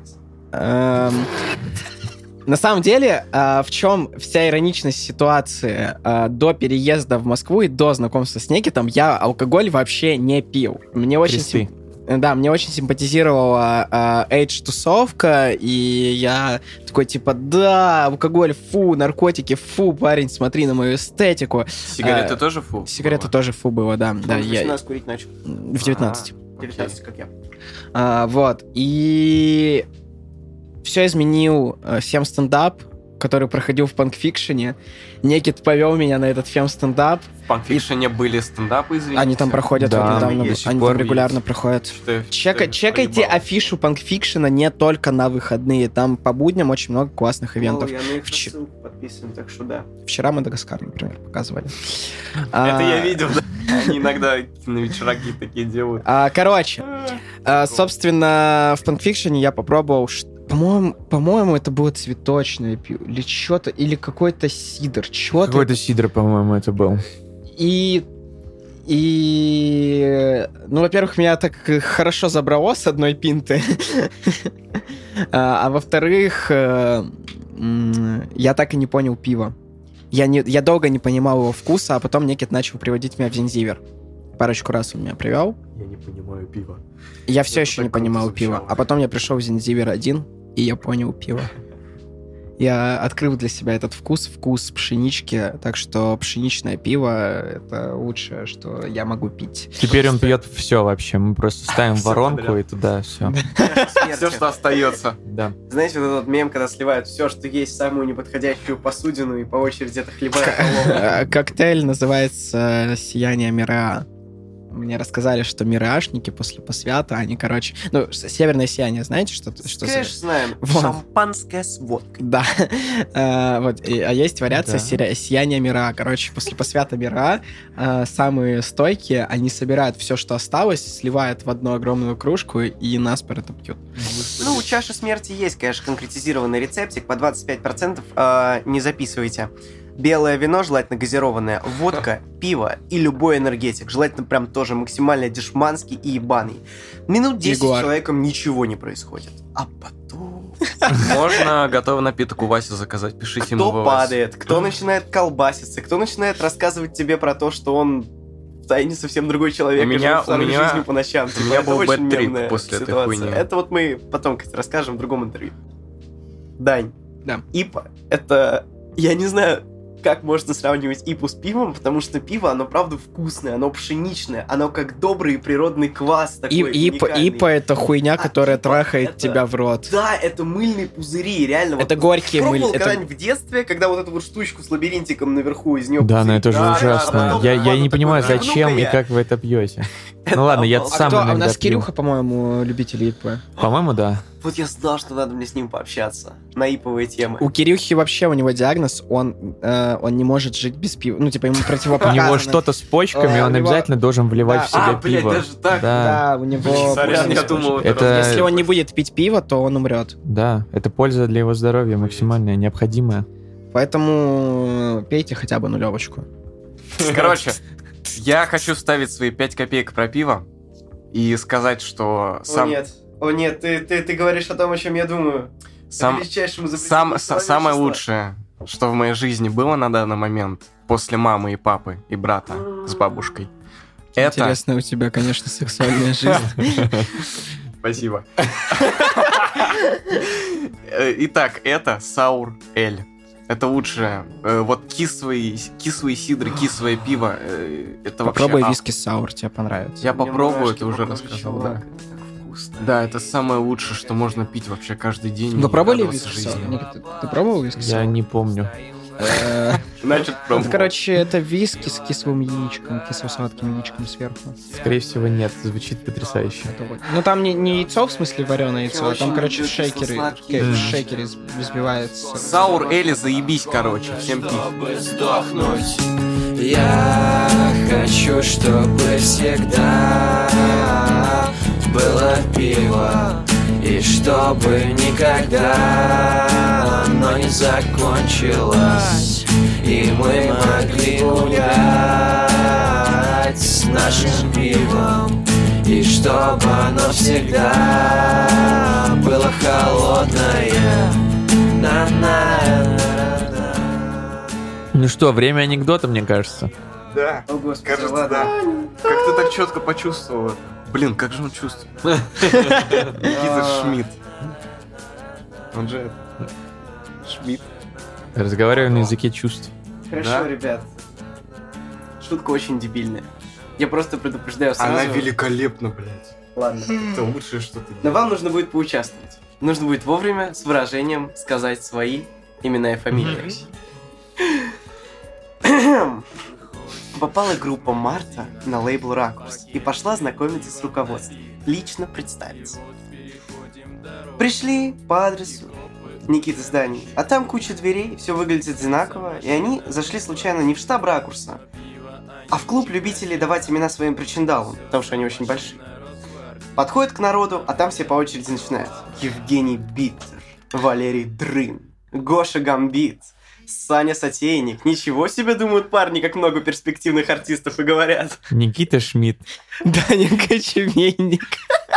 на самом деле, в чем вся ироничность ситуации? До переезда в Москву и до знакомства с Некитом я алкоголь вообще не пил. Мне очень симпатизировала эйдж-тусовка, и я такой, да, алкоголь, фу, наркотики, фу, парень, смотри на мою эстетику. Сигареты тоже фу? Сигареты тоже фу было, да. В 18 курить начал. В 19. 19, как я. Вот, и все изменил всем стендап, который проходил в Панкфикшене. Некит повел меня на этот фем-стендап. В Панкфикшене были стендапы, извините. Они там проходят, Да, вот недавно, до сих они пор там регулярно есть. проходят. Что- Чекайте проебал. афишу Панкфикшена не только на выходные. Там по будням очень много классных ивентов. Я на их Вч- рассылку подписан, так что да. Вчера Мадагаскар, например, показывали. Это я видел, да. Они иногда на вечера какие-то такие делают. Короче, собственно, в Панкфикшене я попробовал, по-моему, это было цветочное пиво, или что-то, или какой-то сидр, что-то. Какой-то сидр, по-моему, это был. И, ну, во-первых, меня так хорошо забрало с одной пинты, а во-вторых, я так и не понял пива. Я долго не понимал его вкуса, а потом Некит начал приводить меня в Зензивер. Парочку раз он меня привел. Я не понимаю пива. Я все Это еще не так круто понимал звучало. пива. А потом я пришел в Зензивер 1, и я понял пиво. Я открыл для себя этот вкус пшенички, так что пшеничное пиво — это лучшее, что я могу пить. Теперь он пьет все вообще. Мы просто ставим Всё воронку подряд. и туда все. Все, что остается. Да. Знаете, вот этот мем, когда сливают все, что есть, в самую неподходящую посудину, и по очереди это хлебают голову. Коктейль называется «Сияние Миреа». Мне рассказали, что миреашники после посвята, они, короче... Ну, северное сияние, знаете, что за- Конечно, знаем. Вот. Шампанское с водкой. Да. Вот. А есть вариация Да. сияния Мира. Короче, после посвята Мира самые стойкие, они собирают все, что осталось, сливают в одну огромную кружку и наспор это пьют. Ну, у чаши смерти есть, конечно, конкретизированный рецептик. По 25% не записывайте. Белое вино, желательно газированное, водка, пиво и любой энергетик. Желательно прям тоже максимально дешманский и ебаный. Минут 10 Ягуар. человеком ничего не происходит. А потом... Можно готовый напиток у Васи заказать. Пишите ему Кто в ВС. падает, кто начинает колбаситься, кто начинает рассказывать тебе про то, что он в тайне совсем другой человек У и меня- живет второй у меня- жизнью по ночам. у меня это был очень бэд-трип мемная после этой ситуация. хуйни. Это вот мы потом, кстати, расскажем в другом интервью. Дань. Да. ИПА — это... Я не знаю, как можно сравнивать ИПу с пивом, потому что пиво, оно правда вкусное, оно пшеничное, оно как добрый природный квас такой уникальный. Ипа — это хуйня, которая ипа трахает это- тебя в рот. Да, это мыльные пузыри, реально. Это вот горькие пробовал мыль. Это когда-нибудь в детстве, когда вот эту вот штучку с лабиринтиком наверху из нее Да, но пузырь? это же Да, ужасно. да, потом Я ладно, не понимаю, такой, зачем «Ну-ка и я». как вы это пьете. Ну ладно, я А сам кто? А у иногда нас пью. Кирюха, по-моему, любитель ипы. По-моему, да. Вот я знал, что надо мне с ним пообщаться на иповые темы. У Кирюхи вообще, у него диагноз, он не может жить без пива. Ну, типа, ему У противопоказано. него что-то с почками, у он него- обязательно должен вливать в себя блядь, пиво. даже так? Да, Да, у него... Сорян, я думал, Это- Если он не будет пить пиво, то он умрет. да, это польза для его здоровья максимальная, необходимая. Поэтому пейте хотя бы нулевочку. Короче, я хочу вставить свои 5 копеек про пиво и сказать, что О нет, ты говоришь о том, о чем я думаю. сам- Это величайшему запретительному самое человечеству. лучшее, что в моей жизни было на данный момент, после мамы и папы и брата с бабушкой, это... Интересная у тебя, конечно, сексуальная жизнь. Спасибо. Итак, это Саур Эль. Это лучшее. Вот кислые сидры, кислое пиво. Это вообще... Попробуй виски саур, тебе понравится. Я Мне попробую, мурашки это уже по коже, рассказал, чувак, да. это так вкусно. Да, это самое лучшее, что можно пить вообще каждый день. Вы и пробовали радоваться виски саур? жизни. Никит, ты пробовал виски Я саур? не помню. Значит, пробовал. Короче, это виски с кислым яичком, кисло-сладким яичком сверху. Скорее всего, нет. Звучит потрясающе. Ну там не яйцо, в смые вареное яйцо, а там, Очень короче, в люблю шейкере, кисло-сладкие. в шейкере взбивается. Саур Эли, заебись, короче. Всем пить. Чтобы сдохнуть, я хочу, чтобы всегда было пиво, и чтобы никогда оно не закончилось, и мы могли гулять с нашим пивом, и чтобы оно всегда было холодное. На-на-на-на-на. Ну что, время анекдота, мне кажется. Да. О, господи, Кажется, ладно. да. Как ты так четко почувствовал это? Блин, как же он чувствует? Никита Шмидт. Он же Шмидт. Разговариваем на языке чувств. Хорошо, Да? ребят. Шутка очень дебильная. Я просто предупреждаю сразу. Она великолепна, блядь. Ладно. Это лучшее, что ты Но вам нужно будет поучаствовать. Нужно будет вовремя, с выражением, сказать свои Имена и фамилии. Попала группа Марта на лейбл «Ракурс» и пошла знакомиться с руководством, лично представиться. Пришли по адресу Никиты зданий, а там куча дверей, все выглядит одинаково, и они зашли случайно не в штаб «Ракурса», а в клуб любителей давать имена своим причиндалам, потому что они очень большие. Подходят к народу, а там все по очереди начинают. Евгений Биттер, Валерий Дрын, Гоша Гамбит, Саня Сотейник. Ничего себе, думают парни, как много перспективных артистов, и говорят. Никита Шмидт. Даня Кочевейник.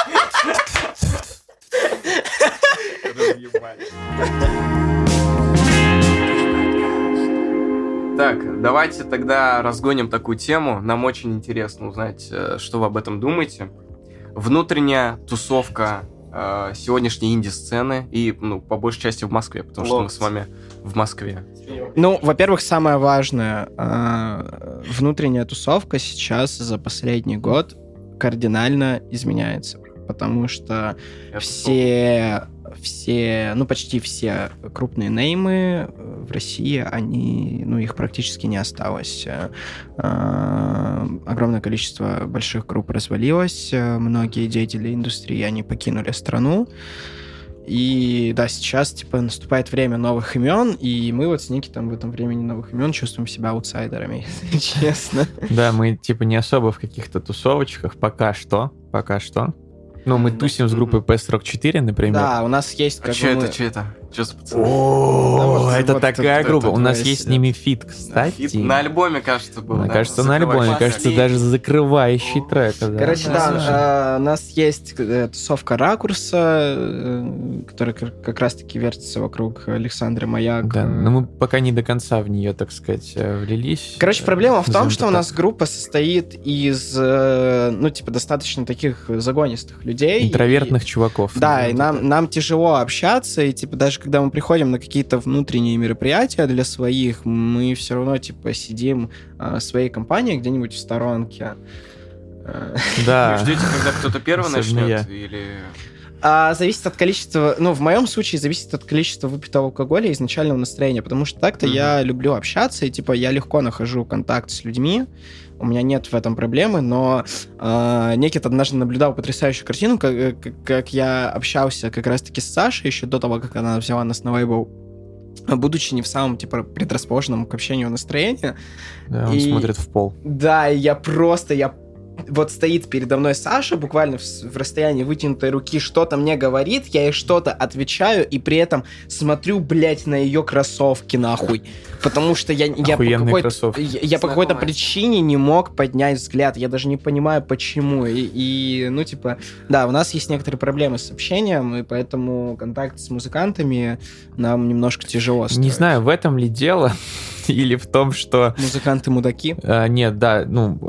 Так, давайте тогда разгоним такую тему. Нам очень интересно узнать, что вы об этом думаете. Внутренняя тусовка сегодняшней инди-сцены и, по большей части в Москве, потому что мы с вами в Москве. Ну, во-первых, самое важное, внутренняя тусовка сейчас за последний год кардинально изменяется, потому что почти все крупные неймы в России, их практически не осталось. Огромное количество больших групп развалилось, многие деятели индустрии, они покинули страну. И да, сейчас наступает время новых имен, и мы вот с Никитом в этом времени новых имен чувствуем себя аутсайдерами, если честно. Да, мы не особо в каких-то тусовочках, пока что. Ну, мы тусим с группой PS44, например. Да, у нас есть... Что это? Что за пацаны? О, это такая группа. У нас есть с ними фит, кстати. На альбоме, кажется, был. Мне кажется, на альбоме. Кажется, даже закрывающий трек. Короче, да, у нас есть тусовка «Ракурса», которая как раз-таки вертится вокруг Александра Маяк. Да, но мы пока не до конца в нее, так сказать, влились. Короче, проблема в том, что у нас группа состоит из, достаточно таких загонистых людей. Интровертных чуваков. Да, и нам тяжело общаться, и, даже когда мы приходим на какие-то внутренние мероприятия для своих, мы все равно, сидим в своей компании где-нибудь в сторонке. Да. Вы ждете, когда кто-то первый начнет? Или... Зависит от количества... в моем случае зависит от количества выпитого алкоголя и изначального настроения, потому что так-то я люблю общаться, и, я легко нахожу контакт с людьми, у меня нет в этом проблемы, но Никит однажды наблюдал потрясающую картину, как я общался как раз-таки с Сашей еще до того, как она взяла нас на лейбл, будучи не в самом, предрасположенном к общению настроении. Да, он смотрит в пол. Да, вот стоит передо мной Саша, буквально в расстоянии вытянутой руки, что-то мне говорит, я ей что-то отвечаю, и при этом смотрю, на ее кроссовки, нахуй. Потому что я по какой-то причине не мог поднять взгляд. Я даже не понимаю, почему. Да, у нас есть некоторые проблемы с общением, и поэтому контакт с музыкантами нам немножко тяжело строить. Не знаю, в этом ли дело, или в том, что... Музыканты-мудаки? Нет, да,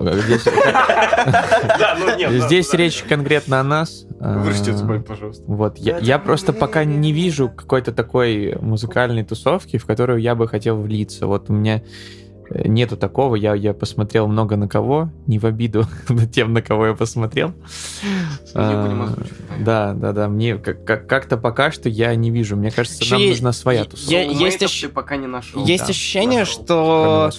здесь речь конкретно о нас. Вырежьте это, пожалуйста. Вот, я просто пока не вижу какой-то такой музыкальной тусовки, в которую я бы хотел влиться. Вот у меня нету такого. Я посмотрел много на кого, не в обиду тем, на кого я посмотрел. Не будем озвучивать. Да. Мне как-то пока что я не вижу. Мне кажется, нам нужна своя тусовка. Ты пока не нашел. Есть ощущение, что...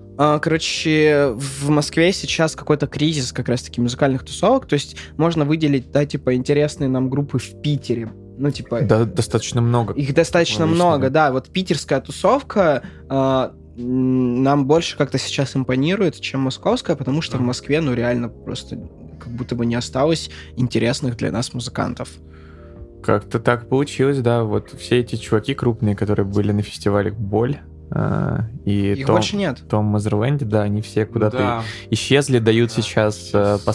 в Москве сейчас какой-то кризис как раз-таки музыкальных тусовок, то есть можно выделить, интересные нам группы в Питере. Да, достаточно много. Их достаточно много, да. Вот питерская тусовка нам больше как-то сейчас импонирует, чем московская, потому что в Москве, реально просто как будто бы не осталось интересных для нас музыкантов. Как-то так получилось, да. Вот все эти чуваки крупные, которые были на фестивале «Боль», и их больше нет. Том Мазерленде, да, они все куда-то исчезли, дают сейчас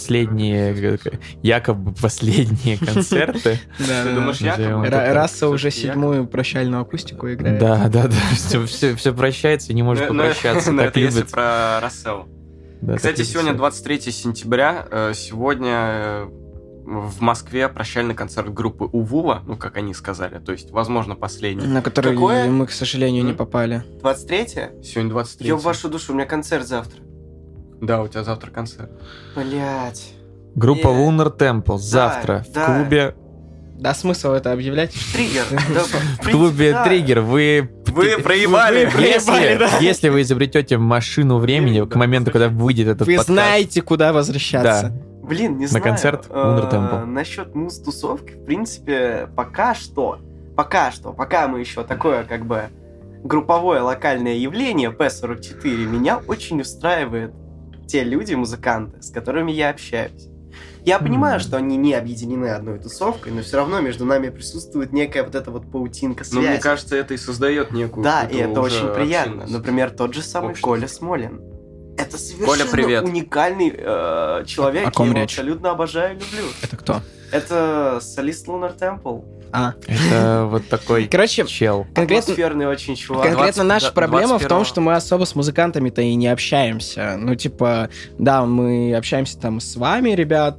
якобы последние концерты. Ты думаешь, якобы? Раса уже 7-ю прощальную акустику играет. Да, все прощается и не может попрощаться. Так если любит. про Рассел. Кстати, сегодня 23 сентября, сегодня в Москве прощальный концерт группы Увула, как они сказали, то есть, возможно, последний. На который мы, к сожалению, не попали. 23-е? Сегодня 23-е. Ё, вашу душу, у меня концерт завтра. Да, у тебя завтра концерт. Блять. Группа Lunar Temple завтра в клубе Да, смысл это объявлять? Триггер. Да, В клубе «Триггер» вы проебали. Если вы изобретете машину времени к моменту, когда выйдет этот Вы подкаст, знаете, куда возвращаться. да, Блин, не на знаю. концерт Lunar Temple. Насчет муз-тусовки, в принципе, пока мы еще такое, как бы, групповое локальное явление P44, меня очень устраивает те люди, музыканты, с которыми я общаюсь. Я понимаю, что они не объединены одной тусовкой, но все равно между нами присутствует некая вот эта вот паутинка связи. Но мне кажется, это и создает некую... Да, какую-то и это уже очень приятно. общинность. Например, тот же самый Общность. Коля Смолин. Это совершенно Коля, привет. уникальный человек, О ком я его речь? абсолютно обожаю и люблю. Это кто? Это солист Lunar Temple. это вот такой Короче, чел. конкретно, Атмосферный очень чувак. конкретно наша проблема в том, 21-го. что мы особо с музыкантами-то и не общаемся. Ну, типа, да, мы общаемся там с вами, ребят.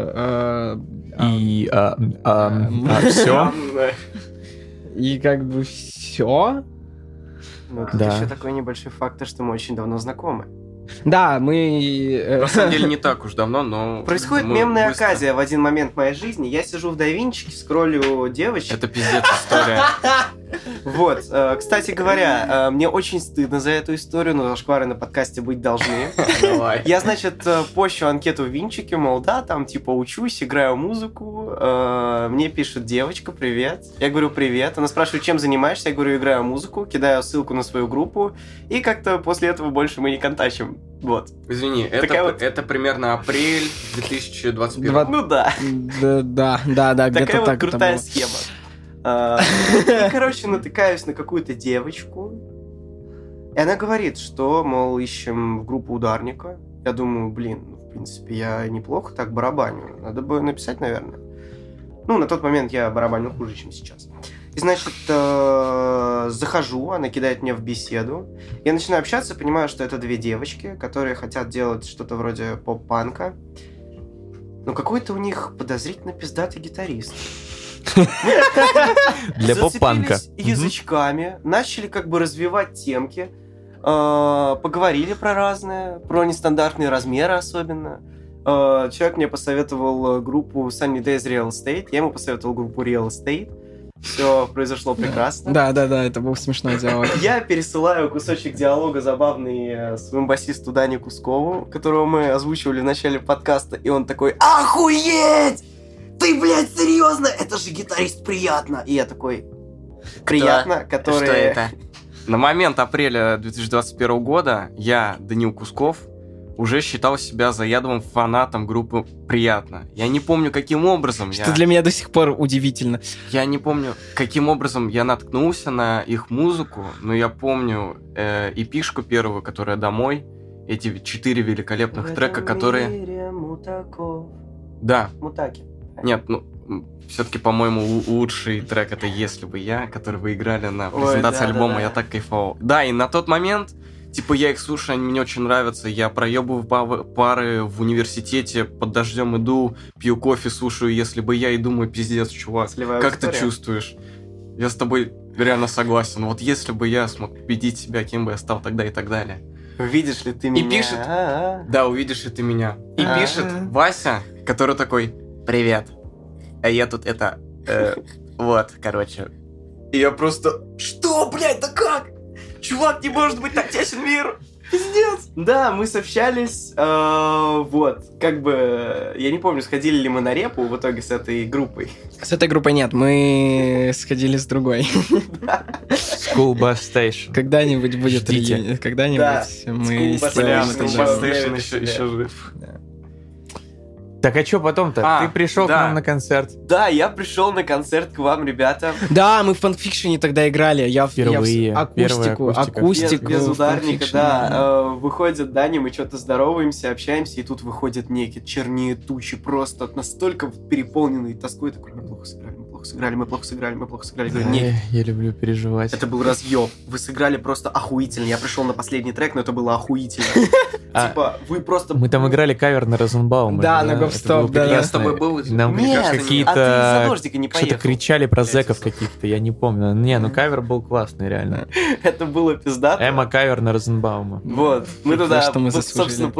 И все. И как бы все. Ну, тут Да. еще такой небольшой факт, что мы очень давно знакомы. Да, мы... На самом деле не так уж давно, но... Происходит мы мемная быстро. оказия в один момент моей жизни. Я сижу в Давинчике, скроллю девочек. Это пиздец история. Вот, кстати говоря, мне очень стыдно за эту историю, но зашквары на подкасте быть должны. Давай. Я, значит, пощу анкету в Винчике, мол, да, там, типа, учусь, играю музыку. Мне пишет девочка, привет. Я говорю, привет. Она спрашивает, чем занимаешься? Я говорю, играю музыку, кидаю ссылку на свою группу. И как-то после этого больше мы не контачим. Вот. Извини, Такая вот- это примерно апрель 2021. Два- Ну да. Да, где-то Такая вот так это крутая было. схема. И, короче, натыкаюсь на какую-то девочку. И она говорит, что, мол, ищем в группу ударника. Я думаю, блин, ну, в принципе, я неплохо так барабаню. Надо бы написать, наверное. Ну, на тот момент я барабанил хуже, чем сейчас. И, значит, захожу, она кидает меня в беседу. Я начинаю общаться, понимаю, что это две девочки, которые хотят делать что-то вроде поп-панка. Но какой-то у них подозрительно пиздатый гитарист. Для поп-панка. Зацепились язычками, начали как бы развивать темки, поговорили про разное, про нестандартные размеры особенно. Человек мне посоветовал группу Sunny Days Real Estate, я ему посоветовал группу Real Estate. Все произошло прекрасно. Да, это был смешной диалог. Я пересылаю кусочек диалога забавный своему басисту Дане Кускову, которого мы озвучивали в начале подкаста, и он такой: «Охуеть! Ты, блядь, серьезно? Это же гитарист приятно!» И я такой: «Приятно», который... Что это? На момент апреля 2021 года я, Данил Кусков, уже считал себя заядлым фанатом группы «Приятно». Я не помню, каким образом Что для меня до сих пор удивительно. Я не помню, каким образом я наткнулся на их музыку, но я помню эпишку первую, которая «Домой», эти 4 великолепных трека, которые... Да, Мутаки. нет, ну, все-таки, по-моему, лучший трек это «Если бы я», который вы играли на Ой, презентации да, альбома, да. я так кайфовал. Да, и на тот момент, типа, я их слушаю, они мне очень нравятся, я проебываю пары в университете, под дождем иду, пью кофе, слушаю «Если бы я» и думаю, пиздец, чувак, Сливаю как историю. ты чувствуешь? Я с тобой реально согласен. Вот если бы я смог победить себя, кем бы я стал тогда и так далее. Видишь ли ты меня? пишет. Да, увидишь и ты меня. И А-а. пишет Вася, который такой: «Привет, а я тут это... вот, короче». И я просто: «Что, блядь, да как? Чувак, не может быть так тесен мир!» Пиздец. Да, мы сообщались, вот, как бы, я не помню, сходили ли мы на репу в итоге с этой группой. С этой группой нет, мы сходили с другой. School Bus Station. Когда-нибудь будет Ждите. реюнион, когда-нибудь Да. мы School Bus сделаем Station, это School дело. Bus Station Station еще жив. Так а что потом-то? А, Ты пришел к да. нам на концерт. Да, я пришел на концерт к вам, ребята, Да, мы в фанфикшене тогда играли. Впервые. Первая акустика. без в ударника, Fanfiction, да. Выходит Даня, мы что-то здороваемся, общаемся, и тут выходит некий чернее тучи, просто настолько переполненный тоской, такой: «Мы плохо сыграли, мы плохо сыграли, мы плохо сыграли, мы плохо сыграли». Говорю: «Нет, Я люблю переживать. это был разъеб. Вы сыграли просто охуительно. Я пришел на последний трек, но это было охуительно. А, Типа, вы просто... Мы там играли кавер на Розенбаума. Да, на Гофстоп, да, Я да. с тобой был. И нам Нет, какие-то... а ты из-за дождика не Что-то поехал. кричали про Блядь, зэков из-за- каких-то, я не помню. Не, ну кавер был классный, реально. Это было пиздато. Эма кавер на Розенбаума. Вот. Мы За туда, что мы вот, заслужили. собственно,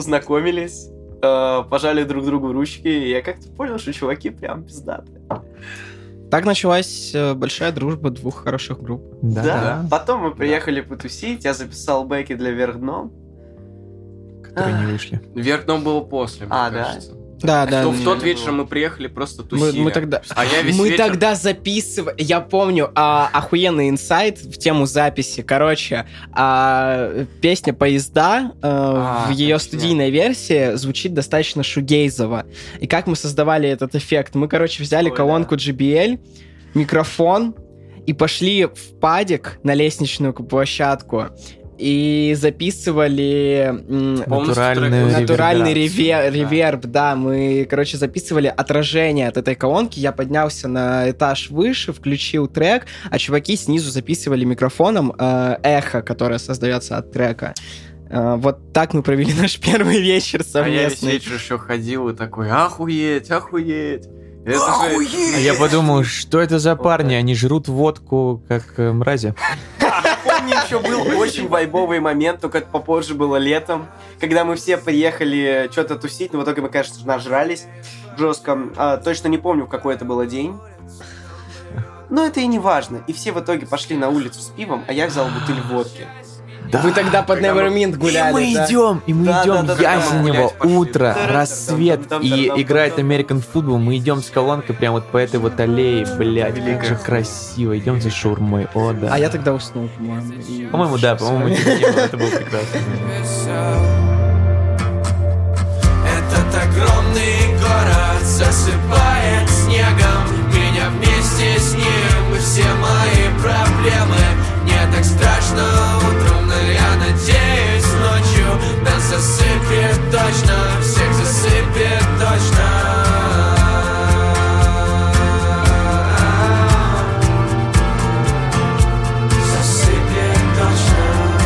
познакомились, пожали друг другу ручки, и я как-то понял, что чуваки прям пиздатые. Так началась большая дружба двух хороших групп. Да. Потом мы приехали потусить, я записал бэки для Вверх Дном. Которые не вышли. Вверх Дном было после, мне да? кажется. Да. В тот вечер мы приехали, просто тусили. Мы тогда... А я весь Мы вечер... тогда записывали... Я помню охуенный инсайт в тему записи. Короче, песня «Поезда» в ее точно. студийной версии звучит достаточно шугейзово. И как мы создавали этот эффект? Мы, короче, взяли колонку JBL, микрофон и пошли в падик на лестничную площадку и записывали натуральный реверб, да. Мы, короче, записывали отражение от этой колонки. Я поднялся на этаж выше, включил трек, а чуваки снизу записывали микрофоном эхо, которое создается от трека. Вот так мы провели наш первый вечер совместный. А я весь вечер еще ходил и такой, охуеть. А я подумал, что это за парни? Они жрут водку, как мрази. Помню, еще был очень вайбовый момент, только это попозже было летом, когда мы все приехали что-то тусить, но в итоге мы, конечно же, нажрались жестко. Точно не помню, в какой это был день. Но это и не важно. И все в итоге пошли на улицу с пивом, а я взял бутыль водки. Да. Вы тогда под Nevermind гуляли, и мы да? идем Ясенево, утро, рассвет, и Там-там-там-там-там. играет American Football. Мы идем с колонкой прямо вот по этой вот аллее, блядь, как же красиво. Идем за шаурмой, о, да. А я тогда уснул, по-моему. и- По-моему, да, по-моему, тебя не было, это было прекрасно. Этот огромный город засыпает снегом меня вместе с ним и все мои проблемы. Мне так страшно утром, но я надеюсь ночью нас засыпет точно, всех засыпет точно. Засыпет точно.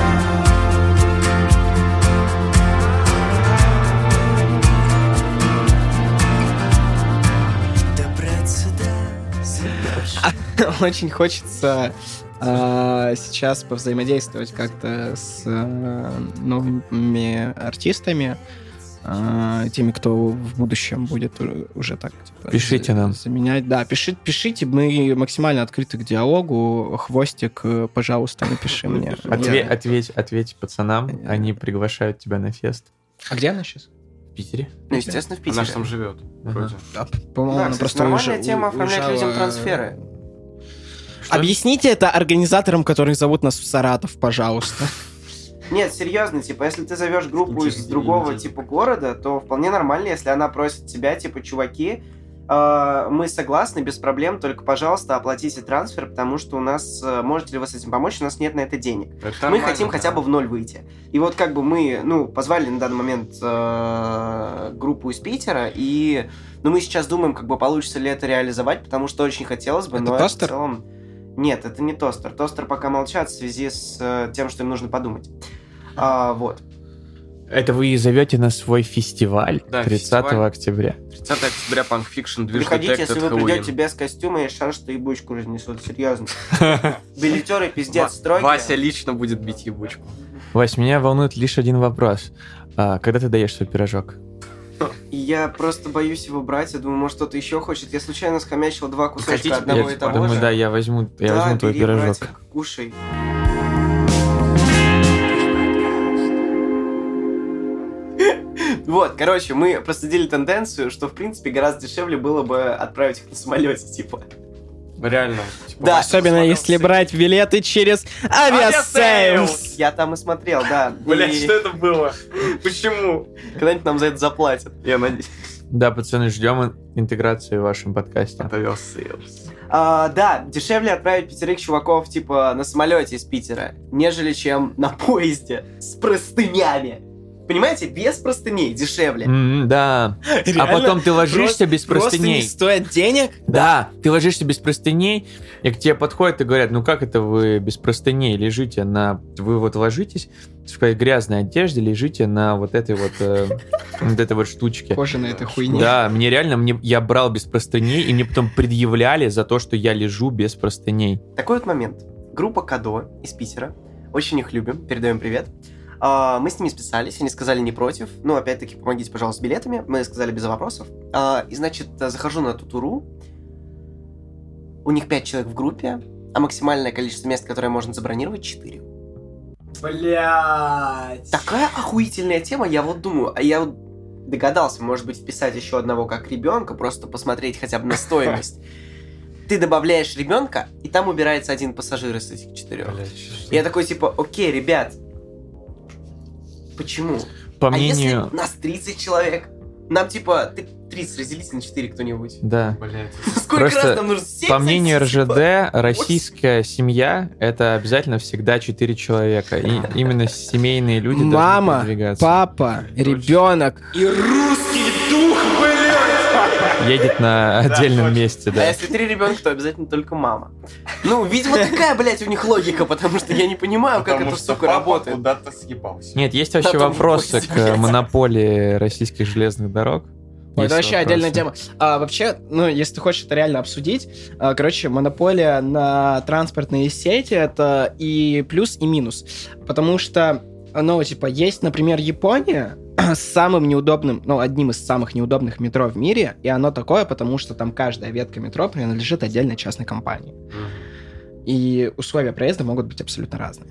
Добраться до задачи. Очень хочется сейчас повзаимодействовать как-то с новыми артистами, теми, кто в будущем будет уже так типа, Пишите нам. заменять. Да, пишите, мы максимально открыты к диалогу. Хвостик, пожалуйста, напиши мне. Ответь пацанам, они приглашают тебя на фест. А где она сейчас? В Питере? Ну, естественно, в Питере. Она же там живет, вроде. По-моему, Да, она кстати, просто нормальная уже тема оформлять уезжала. людям трансферы. Объясните это организаторам, которые зовут нас в Саратов, пожалуйста. Нет, серьезно, типа, если ты зовешь группу из Через другого, неделю. типа, города, то вполне нормально, если она просит тебя, типа, чуваки, мы согласны, без проблем, только, пожалуйста, оплатите трансфер, потому что у нас, можете ли вы с этим помочь, у нас нет на это денег. Это Мы нормально, хотим да. хотя бы в ноль выйти. И вот как бы мы, позвали на данный момент группу из Питера, и мы сейчас думаем, как бы получится ли это реализовать, потому что очень хотелось бы, Это но Тостер? в целом... Нет, это не Тостер. Тостер пока молчат в связи с тем, что им нужно подумать. Вот. Это вы зовете на свой фестиваль Да, 30 фестиваль. октября. 30 октября Punk Fiction, движ Приходите, Detected, если вы Хэллоуин. придете без костюма, есть шанс, что ебучку разнесут. Серьезно. Билетеры пиздец строгие. Вася лично будет бить ебучку. Вась, меня волнует лишь один вопрос. Когда ты даешь свой пирожок? И я просто боюсь его брать. Я думаю, может, кто-то еще хочет. Я случайно схомячил два кусочка Хотите, одного Я и того думаю, же. да, я возьму твой бери, пирожок. братик, кушай. Вот, короче, мы проследили тенденцию, что, в принципе, гораздо дешевле было бы отправить их на самолете, типа. Реально. Типа, Да. Вася Особенно посмотрел если цены. брать билеты через Авиасейлс. Я там и смотрел, да. Блять, И что это было? Почему? когда-нибудь нам за это заплатят. Я надеюсь. Да, пацаны, ждем интеграции в вашем подкасте. Да, дешевле отправить 5 чуваков, типа, на самолете из Питера, нежели чем на поезде с простынями. Понимаете, без простыней дешевле. Да. А потом ты ложишься без простыней. Просто не стоят денег? Да, ты ложишься без простыней, и к тебе подходят и говорят, ну как это вы без простыней лежите на... Вы вот ложитесь в своей грязной одежде, лежите на вот этой вот, вот этой вот штучке. Кожаная эта хуйня. Да, мне реально, я брал без простыней, и мне потом предъявляли за то, что я лежу без простыней. Такой вот момент. Группа Кадо из Питера. Очень их любим, передаем привет. Мы с ними списались, они сказали не против. Ну, опять-таки, помогите, пожалуйста, с билетами. Мы сказали без вопросов. И, значит, захожу на Тутуру. у них 5 человек в группе, а максимальное количество мест, которое можно забронировать, 4. Блять. Такая охуительная тема, я вот думаю, я вот догадался, может быть, вписать еще одного как ребенка, просто посмотреть хотя бы на стоимость. Ты добавляешь ребенка, и там убирается один пассажир из этих 4. Я такой, типа, окей, ребят, почему? По А если мнению... нас 30 человек? Нам, типа, 30 разделите на 4 кто-нибудь. Да. Блять. Сколько Просто раз нам нужно? 7 По мнению зайти, РЖД, типа? российская семья — это обязательно всегда 4 человека. И именно семейные люди должны Мама, передвигаться. папа, ребенок. И русский дух, блядь! Едет на отдельном месте, А да. если 3 ребенка, то обязательно только мама. Ну, видимо, такая, блядь, у них логика, потому что я не понимаю, как это, сука, работает. куда-то съебался. Нет, есть вообще На том вопросы поезде, к блядь. монополии российских железных дорог. Ой, это Есть вообще отдельная вопросы. тема. Вообще, ну, если ты хочешь это реально обсудить, короче, монополия на транспортные сети — это и плюс, и минус. Потому что, ну, типа, есть, например, Япония с самым неудобным, ну, одним из самых неудобных метро в мире, и оно такое, потому что там каждая ветка метро принадлежит отдельной частной компании. И условия проезда могут быть абсолютно разные.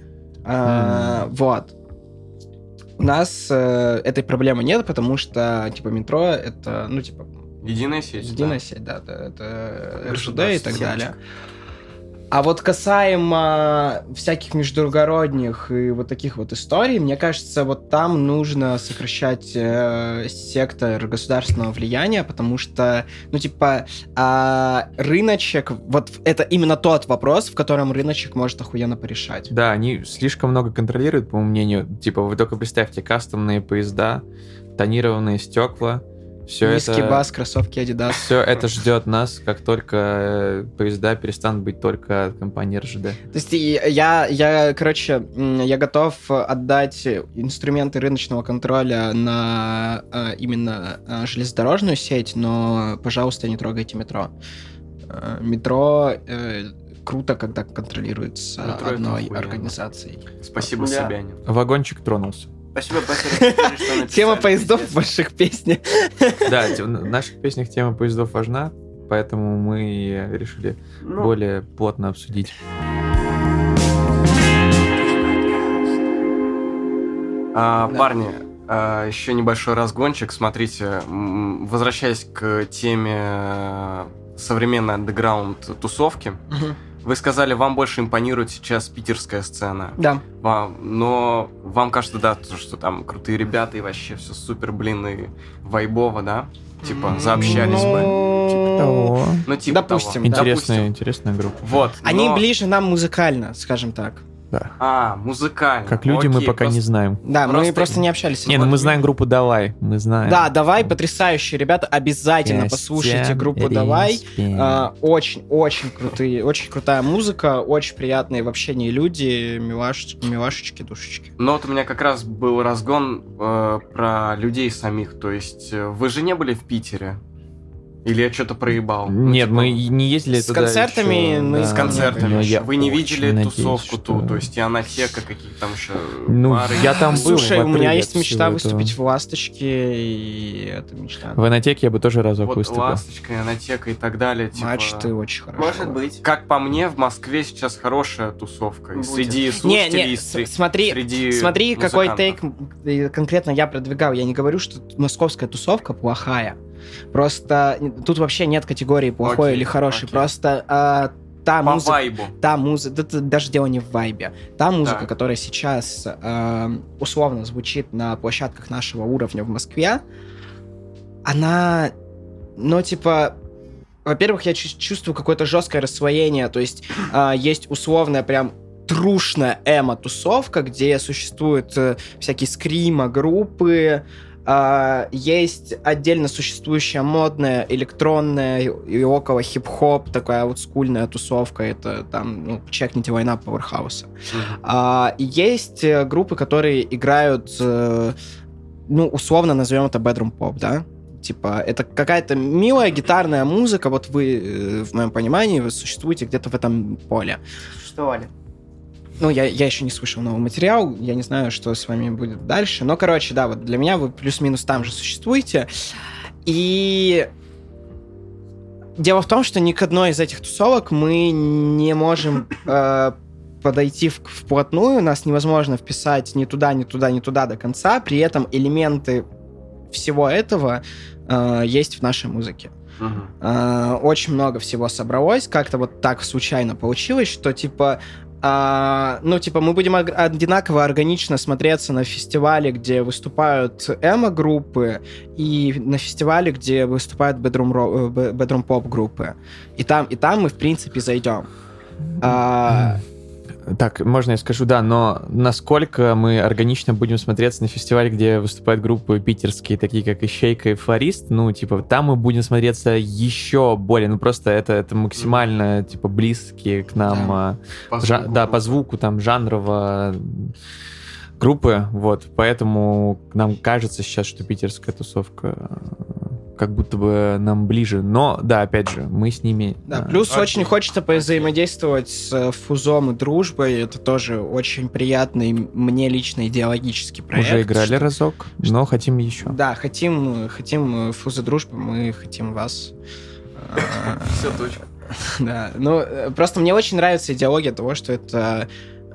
Вот. У нас этой проблемы нет, потому что, типа, метро — это, ну, типа, Единая сеть. единая сеть, да, это РЖД и так Государственная далее. А вот касаемо всяких междугородних и вот таких вот историй, мне кажется, вот там нужно сокращать сектор государственного влияния, потому что, ну, типа, рыночек, вот это именно тот вопрос, в котором рыночек может охуенно порешать. Да, они слишком много контролируют, по моему мнению. Типа, вы только представьте, кастомные поезда, тонированные стекла. Все Низкий это... бас, кроссовки Adidas. Все это ждет нас, как только поезда перестанут быть только от компании РЖД. То есть короче, я готов отдать инструменты рыночного контроля на именно железнодорожную сеть, но, пожалуйста, не трогайте метро. Метро круто, когда контролируется Метро — это одной охуенно. организацией. Спасибо, Да. Собянин. Вагончик тронулся. Спасибо, Батя, что написали. Тема поездов в Пиздец. ваших песнях. Да, в наших песнях тема поездов важна, поэтому мы решили Ну, более плотно обсудить. Да. Парни, еще небольшой разгончик. Смотрите, возвращаясь к теме современной андеграунд-тусовки, вы сказали, вам больше импонирует сейчас питерская сцена. Да. Но вам кажется, да, что там крутые ребята и вообще все супер, блин, и вайбово, да? Типа, заобщались бы. Ну, Ну, типа допустим, того. да. Интересная группа. Вот. Они но- ближе нам музыкально, скажем так. музыкально. Как люди мы Окей, пока не просто- знаем. Да, мы Просто- просто не общались. Не, ну мы знаем группу «Давай», мы знаем. Да, «Давай», потрясающие ребята, обязательно послушайте группу «Давай». Очень крутые, очень крутая музыка, очень приятные в общении люди, милашечки, душечки. Но вот у меня как раз был разгон про людей самих. То есть, вы же не были в Питере? Или я что-то проебал? Ну, Нет, типа, мы не ездили С туда концертами еще, мы да. с с концертами. Но я Вы не очень видели надеюсь, тусовку что- ту, то есть Ионотека, какие-то там еще Ну, бары. я там был. Слушай, в у меня отрыве есть от мечта всего выступить этого. в «Ласточке», и это мечта. В Инотеке я бы тоже разок Вот выступил. Ласточка, Ионотека и так далее. Типа... Мачты очень хорошо. может быть. Как по мне, в Москве сейчас хорошая тусовка. И Будет. среди слушателей, Не, и смотри, среди какой музыкантов. тейк конкретно я продвигал. Я не говорю, что московская тусовка плохая. Просто тут вообще нет категории плохой Окей, или хороший. окей. Просто та По музыка... вайбу. Та музыка, даже дело не в вайбе. Та музыка, Так. которая сейчас условно звучит на площадках нашего уровня в Москве, она, ну, типа, во-первых, я чувствую какое-то жесткое рассвоение, то есть есть условная прям трушная эмо-тусовка, где существуют всякие скрима-группы, есть отдельно существующая модная электронная и около хип-хоп, такая вот скульная тусовка, это там, ну, чекните «Война Пауэрхауса». Есть группы, которые играют, ну, условно назовем это bedroom pop, да? Типа, это какая-то милая гитарная музыка, вот вы, в моем понимании, вы существуете где-то в этом поле. Что, Аля? Ну, я еще не слышал новый материал, я не знаю, что с вами будет дальше. Но, короче, да, вот для меня вы плюс-минус там же существуете. И Дело в том, что ни к одной из этих тусовок мы не можем подойти вплотную, нас невозможно вписать ни туда, ни туда, ни туда до конца, при этом элементы всего этого есть в нашей музыке. Очень много всего собралось, как-то вот так случайно получилось, что типа мы будем одинаково органично смотреться на фестивале, где выступают эмо-группы, и на фестивале, где выступают бедрум-поп-группы. И там мы, в принципе, зайдем. Так, можно я скажу, да, но насколько мы органично будем смотреться на фестивале, где выступают группы питерские, такие как Ищейка и Флорист, там мы будем смотреться еще более, просто это максимально, близкие к нам, по звуку, там, жанрово группы, поэтому нам кажется сейчас, что питерская тусовка как будто бы нам ближе. Но, да, опять же, мы с ними... Да, плюс очень хочется повзаимодействовать с Фузом и Дружбой. Это тоже очень приятный мне лично идеологический проект. Уже играли разок, но хотим еще. Да, хотим Фуз и Дружбу, мы хотим вас. Все, точка. Да, просто мне очень нравится идеология того, что это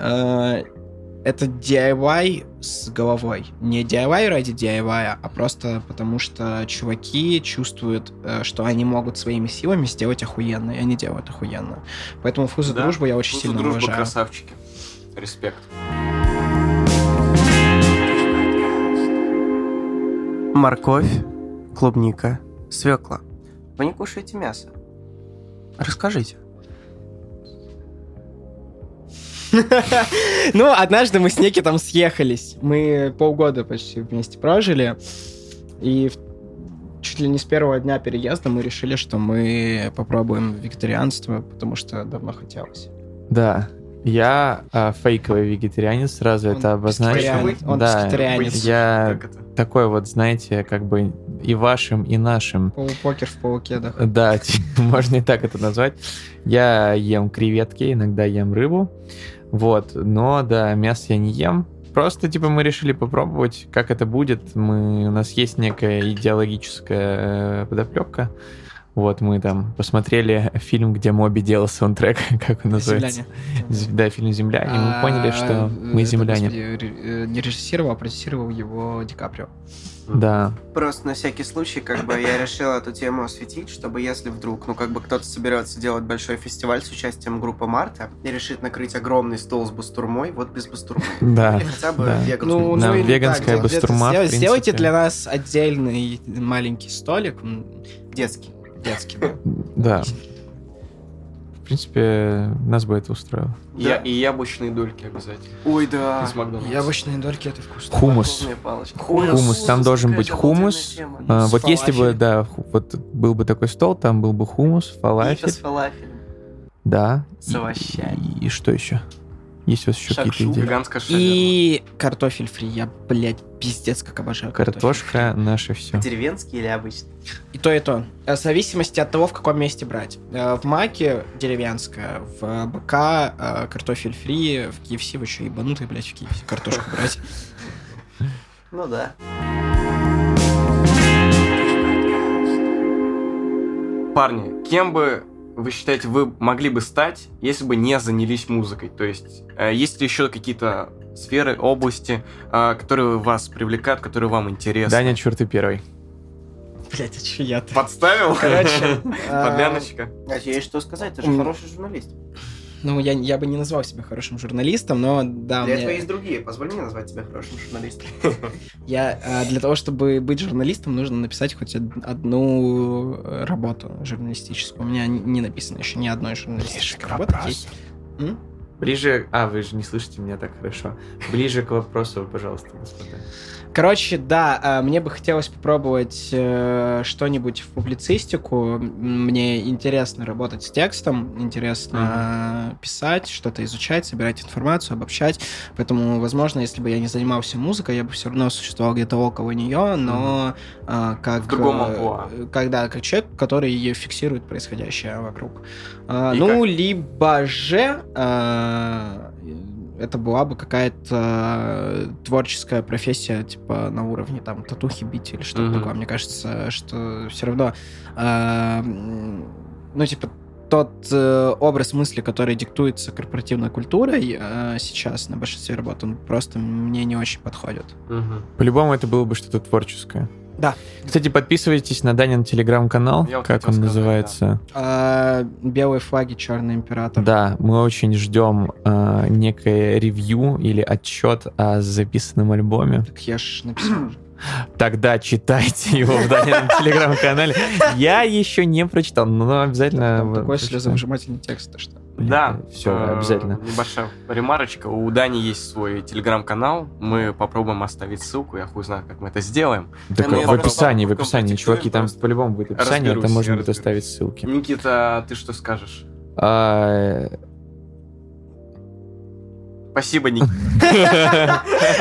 DIY с головой. Не DIY ради DIY, а просто потому, что чуваки чувствуют, что они могут своими силами сделать охуенно, и они делают охуенно. Поэтому Фуз и Дружбу я очень сильно уважаю. Фуз и Дружба красавчики. Респект. Морковь, клубника, свекла. Вы не кушаете мясо? Расскажите. Однажды мы с Никитом съехались. Мы полгода почти вместе прожили. И чуть ли не с первого дня переезда мы решили, что мы попробуем вегетарианство, потому что давно хотелось. Да. Я фейковый вегетарианец, сразу это обозначил. Он вегетарианец. Я такой знаете, как бы и вашим, и нашим. Полупокер в полукедах. Да, можно и так это назвать. Я ем креветки, иногда ем рыбу. Но, да, мясо я не ем. Просто, мы решили попробовать, как это будет. У нас есть некая идеологическая подоплека. Мы там посмотрели фильм, где Моби делал саундтрек, как он называется? «Земляне». Да, фильм «Земляне». И мы поняли, что мы земляне. Не режиссировал, а продюсировал его Ди Каприо. Да. Просто на всякий случай, я решил эту тему осветить, чтобы если вдруг, кто-то соберется делать большой фестиваль с участием группы Марта и решит накрыть огромный стол с бастурмой, без бастурмы. Да. Или хотя бы веганскую. Веганская бастурма, в принципе. Сделайте для нас отдельный маленький столик. Детский, да. В принципе, нас бы это устроило. И яблочные дольки обязательно. Ой, да. Из Макдональдса. Яблочные дольки — это вкусно. Хумус. Хумус. Там должен быть хумус. Если бы, был бы такой стол, там был бы хумус, фалафель. С фалафелем. Да. С овощами. И что еще? Есть у вас еще какие-то идеи? Веганская шаверма. И картофель фри. Я, пиздец, как обожаю картошка — наше все. Деревенский или обычный? И то, и то. В зависимости от того, в каком месте брать. В Маке деревенская, в БК картофель фри, в KFC вы еще ебанутые, в KFC картошку брать. Ну да. Парни, кем бы вы считаете, вы могли бы стать, если бы не занялись музыкой? То есть, есть ли еще какие-то сферы, области, которые вас привлекают, которые вам интересны? Даня, чёрт, ты первый. Блять, а че я-то? Подставил? Короче, подляночка. А тебе есть что сказать? Ты же хороший журналист. Я бы не назвал себя хорошим журналистом, но да. Для этого есть другие. Позволь мне назвать тебя хорошим журналистом. Для того, чтобы быть журналистом, нужно написать хоть одну работу журналистическую. У меня не написано еще ни одной журналистической работы. Ближе... вы же не слышите меня так хорошо. Ближе к вопросу, пожалуйста, господа. Короче, да, мне бы хотелось попробовать что-нибудь в публицистику. Мне интересно работать с текстом, интересно писать, что-то изучать, собирать информацию, обобщать. Поэтому, возможно, если бы я не занимался музыкой, я бы все равно существовал где-то около нее, но как... В другом амплуа. Как человек, который фиксирует происходящее вокруг. Либо же... это была бы какая-то творческая профессия, типа на уровне татухи бить или что-то такое. Мне кажется, что все равно ну, типа, тот образ мысли, который диктуется корпоративной культурой сейчас на большинстве работ, он просто мне не очень подходит. По-любому это было бы что-то творческое. Да. Кстати, подписывайтесь на Данин телеграм-канал, Я вот как хотел он сказать, называется. Белые флаги, черный император. Да, мы очень ждем некое ревью или отчет о записанном альбоме. Так я ж написал уже. Тогда читайте его в Данином телеграм-канале. Я еще не прочитал, но обязательно... Там такой прочитаю. слезовыжимательный текст, ты что? Да, Все, обязательно. Небольшая ремарочка. У Дани есть свой телеграм-канал. Мы попробуем оставить ссылку. Я хуй знаю, как мы это сделаем. Так, Ну, я в описании, потом чуваки, там просто. по-любому будет описание, Разберусь, там можно я будет разберусь. оставить ссылки. Никита, ты что скажешь? А, Спасибо, Никита.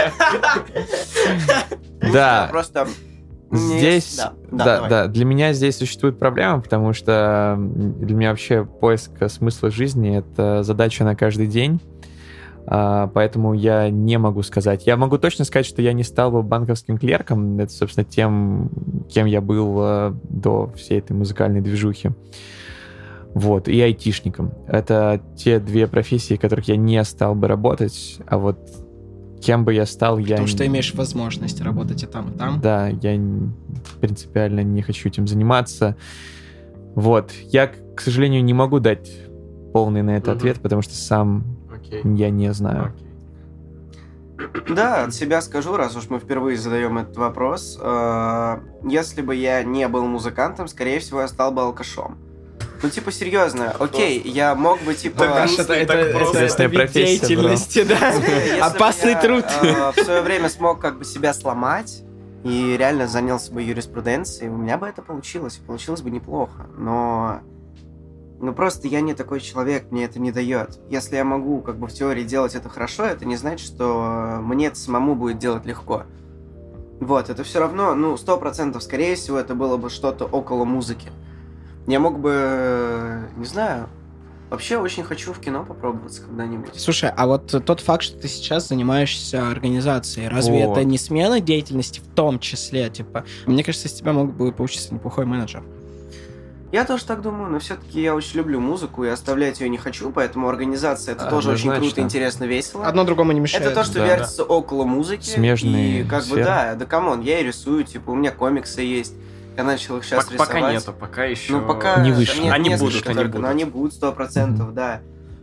Да, Просто... здесь, давай. да, для меня здесь существует проблема, потому что для меня вообще поиск смысла жизни — это задача на каждый день, поэтому я не могу сказать. Я могу точно сказать, что я не стал бы банковским клерком, это, собственно, тем, кем я был до всей этой музыкальной движухи. Вот, и айтишником. Это те две профессии, в которых я не стал бы работать, а вот кем бы я стал, я... Потому что имеешь возможность работать и там. Да, я принципиально не хочу этим заниматься. Вот. Я, к сожалению, не могу дать полный на это ответ, потому что сам Окей. я не знаю. Да, от себя скажу, раз уж мы впервые задаем этот вопрос. Если бы я не был музыкантом, скорее всего, я стал бы алкашом. Ну, типа, серьезно, окей, я мог бы, типа... Известная профессия, деятельности, да. Если бы Опасный я, труд. В свое время смог как бы себя сломать и реально занялся бы юриспруденцией, у меня бы это получилось. Получилось бы неплохо, но... Ну, просто я не такой человек, мне это не дает. Если я могу как бы в теории делать это хорошо, это не значит, что мне это самому будет делать легко. Вот, это все равно, 100%, скорее всего, это было бы что-то около музыки. Я мог бы, не знаю, вообще очень хочу в кино попробоваться когда-нибудь. Слушай, а вот тот факт, что ты сейчас занимаешься организацией, разве Вот. это не смена деятельности в том числе? Типа, мне кажется, из тебя мог бы получиться неплохой менеджер. Я тоже так думаю, но все-таки я очень люблю музыку и оставлять ее не хочу, поэтому организация это тоже очень Однозначно. круто, интересно, весело. Одно другому не мешает. Это то, что Да. вертится около музыки. Смежные И как бы сферы. да, камон, я и рисую, типа, у меня комиксы есть. Я начал их сейчас рисовать. Пока нету, пока еще... Ну, пока Не вышло. нет, Они несколько будут, они только, будут. но они будут 100%, да.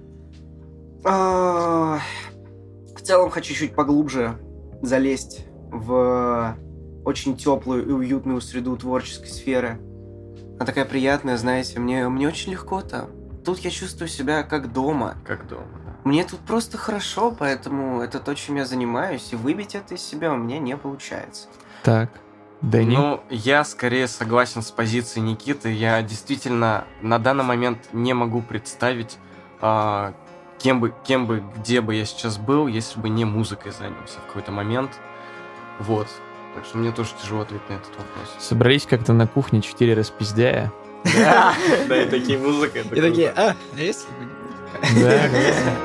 В целом хочу чуть поглубже залезть в очень теплую и уютную среду творческой сферы. Она такая приятная, знаете, мне очень легко там. Тут я чувствую себя как дома. Как дома, да. Мне тут просто хорошо, поэтому это то, чем я занимаюсь, и выбить это из себя у меня не получается. Так, Дэнни? Ну, я скорее согласен с позицией Никиты. Я действительно на данный момент не могу представить, кем бы, где бы я сейчас был, если бы не музыкой занялся в какой-то момент. Вот. Так что мне тоже тяжело ответить на этот вопрос. Собрались как-то на кухне 4 распиздяя. Да, и такие музыка. И такие, а если бы не музыка? Да,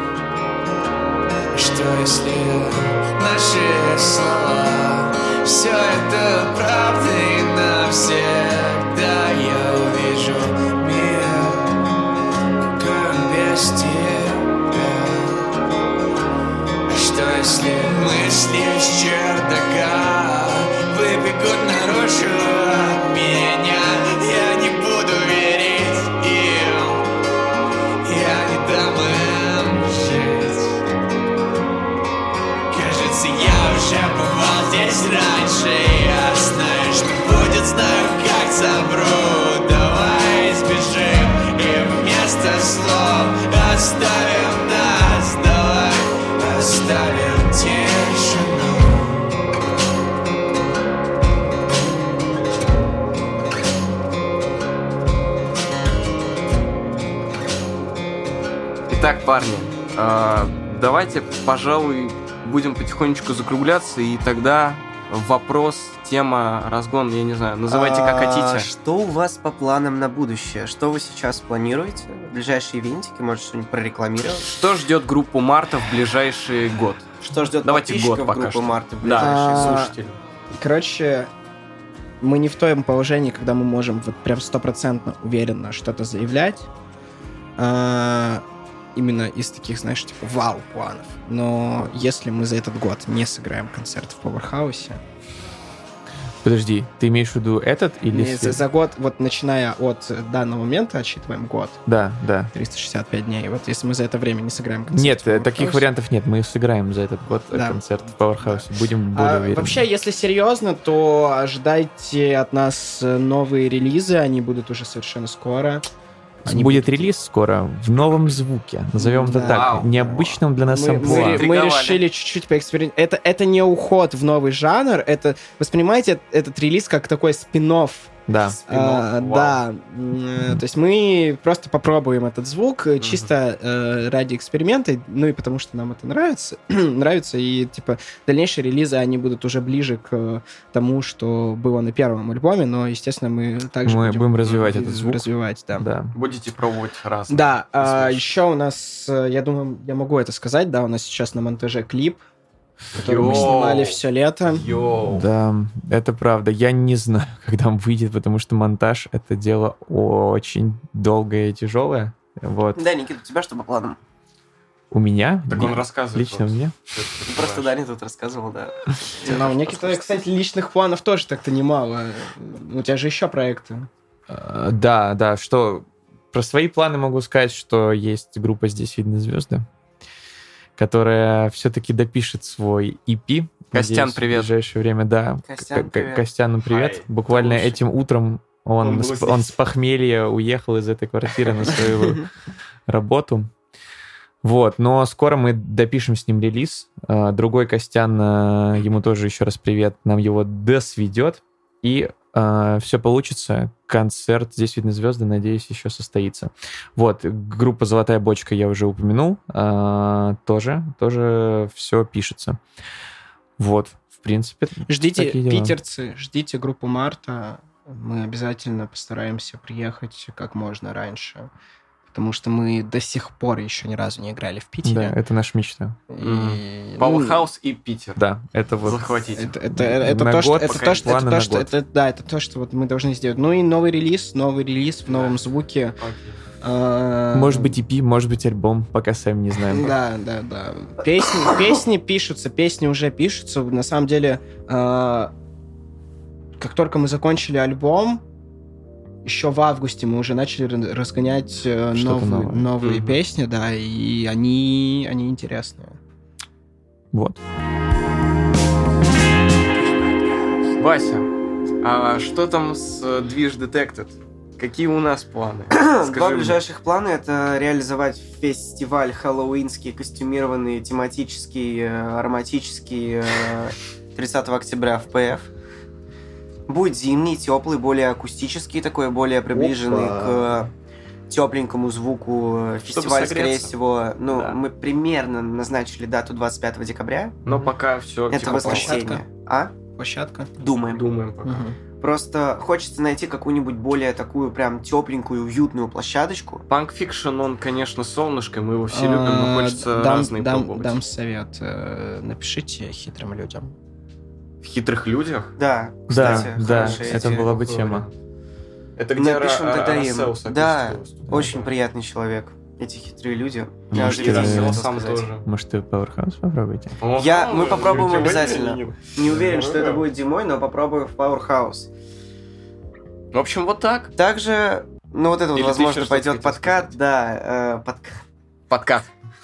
Что если наши слова все это правда и навсегда я увижу мир, какой он без тебя. А что если мысли с чердака выбегут наружу от меня? Я не буду верить им, я не дам им жить. Кажется, я уже бывал здесь раньше. Я знаю, что будет, знаю, как замру. Давай избежим и вместо слов оставим нас. Давай оставим тишину. Итак, парни, давайте, пожалуй, будем потихонечку закругляться, и тогда вопрос, тема, разгон, я не знаю, называйте как хотите. Что у вас по планам на будущее? Что вы сейчас планируете? Ближайшие ивентики, может, что-нибудь прорекламировать? Что ждет группу Марта в ближайший год? Что ждет Давайте подписчиков год пока группы что. Марта в Да, ближайшие А, слушатели. Короче, мы не в том положении, когда мы можем вот прям 100% уверенно что-то заявлять. Именно из таких, знаешь, типа вау-планов. Но если мы за этот год не сыграем концерт в Powerhouse... Подожди, ты имеешь в виду этот или... За год, вот начиная от данного момента, отсчитываем год. Да. 365 дней. Вот если мы за это время не сыграем концерт Нет, в Powerhouse... таких вариантов нет. Мы сыграем за этот год концерт в Powerhouse. Будем более уверены. Вообще, если серьезно, то ожидайте от нас новые релизы. Они будут уже совершенно скоро. Будет релиз скоро в новом звуке. Назовем это так. Необычном для нас амплуа. Мы решили чуть-чуть поэкспериментировать. Это не уход в новый жанр. Это, воспринимайте этот релиз как такой спин-офф. Да. Да. То есть мы просто попробуем этот звук чисто ради эксперимента, ну и потому что нам это нравится. И типа дальнейшие релизы, они будут уже ближе к тому, что было на первом альбоме, но, естественно, мы также будем развивать этот звук. Да. Будете пробовать разные. Да. Еще у нас, я думаю, я могу это сказать, да, у нас сейчас на монтаже клип, который мы снимали все лето. Да, это правда. Я не знаю, когда он выйдет, потому что монтаж — это дело очень долгое и тяжелое. Вот. Да, Никита, у тебя что по планам? У меня? Так он рассказывает. Лично мне? Просто Даня тут рассказывал, да. У Никиты, кстати, личных планов тоже так-то немало. У тебя же еще проекты. Да, что... Про свои планы могу сказать, что есть группа «Здесь видны звезды», которая все-таки допишет свой EP. Костян, привет. В ближайшее время, да. Костяну привет. Буквально этим утром он с похмелья уехал из этой квартиры на свою работу. Вот, но скоро мы допишем с ним релиз. Другой Костян, ему тоже еще раз привет, нам его досведет. И все получится. Концерт «Здесь видны звезды», надеюсь, еще состоится. Вот, группа «Золотая бочка» я уже упомянул. Тоже все пишется. Вот, в принципе. Ждите, питерцы, ждите группу «Марта». Мы обязательно постараемся приехать как можно раньше. Потому что мы до сих пор еще ни разу не играли в Питере. Да, это наша мечта. Powerhouse и Питер. Да, это вот... Захватить. Это то, что вот мы должны сделать. Ну и новый релиз в новом звуке. Может быть EP, может быть альбом, пока сами не знаем. Да. Песни пишутся, песни уже пишутся. На самом деле, как только мы закончили альбом, еще в августе мы уже начали разгонять новые песни, да, и они интересные. Вот. Вася, а что там с Движ Detected? Какие у нас планы? Два ближайших плана — это реализовать фестиваль хэллоуинский, костюмированный, тематический, ароматический 30 октября в ПФ. Будет зимний, теплый, более акустический такой, более приближенный к тепленькому звуку. Фестиваль, скорее всего, мы примерно назначили дату 25 декабря. Но пока все это воскресенье. Площадка? Думаем пока. Просто хочется найти какую-нибудь более такую прям тепленькую, уютную площадочку. Панк Фикшн, он, конечно, солнышко, мы его все любим, но хочется разные пробовать. Дам совет. Напишите хитрым людям. В хитрых людях? Да, кстати, да, это была бы тема. Это где напишем тогда им. Расселс Да, очень приятный человек. Эти хитрые люди. Может, вы Powerhouse попробуйте? Мы попробуем обязательно. Не уверен, что это будет зимой, но попробую в Powerhouse. В общем, вот так. Также, вот это вот, возможно, пойдет подкат. Да, подкат.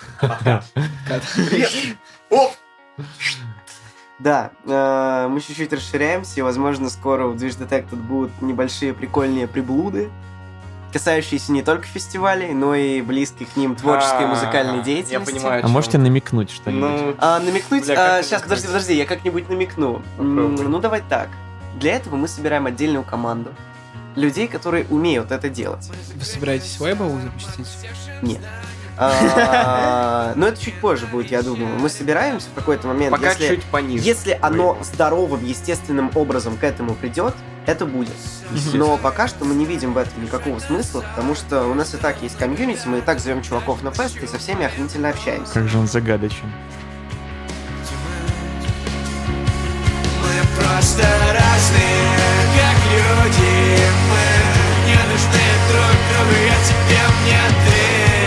Да, мы чуть-чуть расширяемся, и, возможно, скоро в Движ Detected будут небольшие прикольные приблуды, касающиеся не только фестивалей, но и близкой к ним творческой и музыкальной деятельности. Я понимаю, а можете намекнуть что-нибудь? Намекнуть? Сейчас, подожди, я как-нибудь намекну. Попробуй. Давай так. Для этого мы собираем отдельную команду людей, которые умеют это делать. Вы собираетесь лейбл запустить? Нет. Но это чуть позже будет, я думаю. Мы собираемся в какой-то момент. Пока чуть пониже. Если оно здоровым, естественным образом к этому придет, это будет. Но пока что мы не видим в этом никакого смысла, потому что у нас и так есть комьюнити, мы и так зовем чуваков на фест и со всеми охренительно общаемся. Как же он загадочен. Мы просто разные. другу, я тебе, мне ты.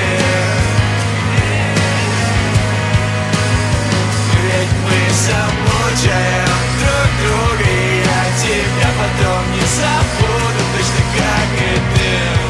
Ведь мы замучаем друг друга, и я тебя потом не забуду, точно как и ты.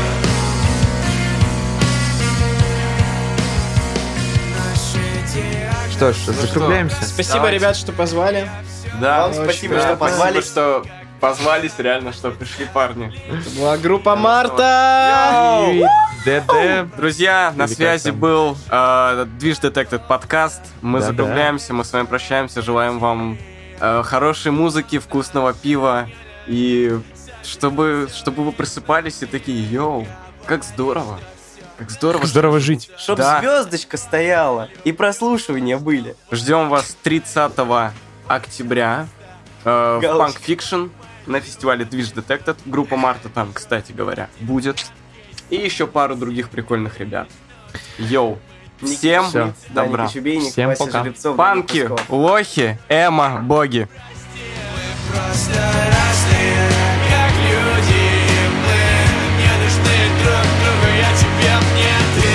Что ж, закругляемся. Спасибо, Давайте. ребят, что позвали. Да, Вам спасибо, да, что позвали. спасибо, что позвались, реально, что пришли парни. Это была группа Марта. И ДД. Друзья, на Или как связи там? был Движ Detected подкаст. Мы Да-да. закругляемся, мы с вами прощаемся, желаем вам хорошей музыки, вкусного пива и чтобы вы просыпались и такие, йоу, как здорово. Как здорово. Здорово жить. Чтоб Да. звездочка стояла и прослушивания были. Ждем вас 30 октября в Галочка. Punk Fiction на фестивале Движ Detected. Группа Марта там, кстати говоря, будет. И еще пару других прикольных ребят. Йоу. Всем Всё. добра. Чубейник, Всем Вася пока. Жеребцов, Панки, Даня Песков. лохи, эмо, боги. Просто разные, как люди, мы не нужны друг другу, я тебе, мне ты.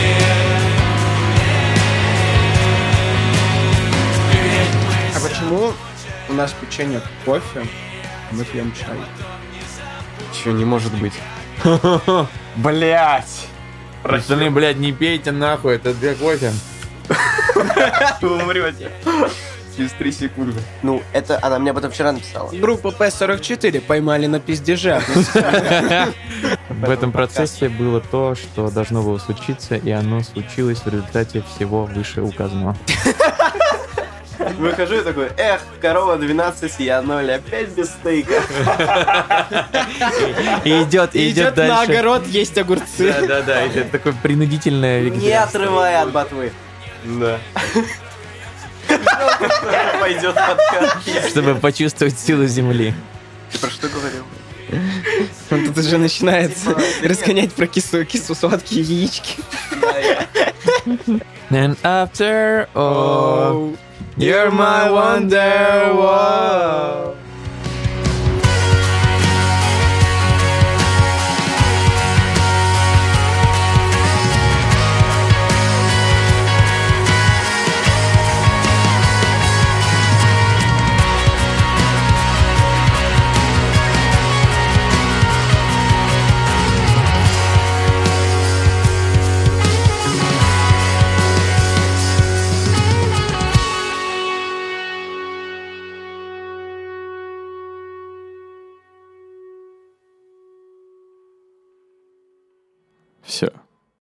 Ведь мы А почему у нас печенье кофе, а мы пьем чай? Че, не может быть. Блять. Пацаны, блядь, не пейте нахуй, это для кофе. Вы умрете. Через 3 секунды. Ну, это она мне об этом вчера написала. Группа П-44 поймали на пиздеже. В этом процессе было то, что должно было случиться, и оно случилось в результате всего вышеуказанного. Выхожу и такой, эх, корова 12, я 0, опять без стейка. И идет Идет на дальше. огород есть огурцы. Да, это такое принудительное Не вегетарианство. отрывая от ботвы. Да. Пойдет подкаст. Чтобы почувствовать силу земли. Ты про что говорил? Он тут уже начинается разгонять про кисло-сладкие яички. And after all, you're my wonder wall. Все.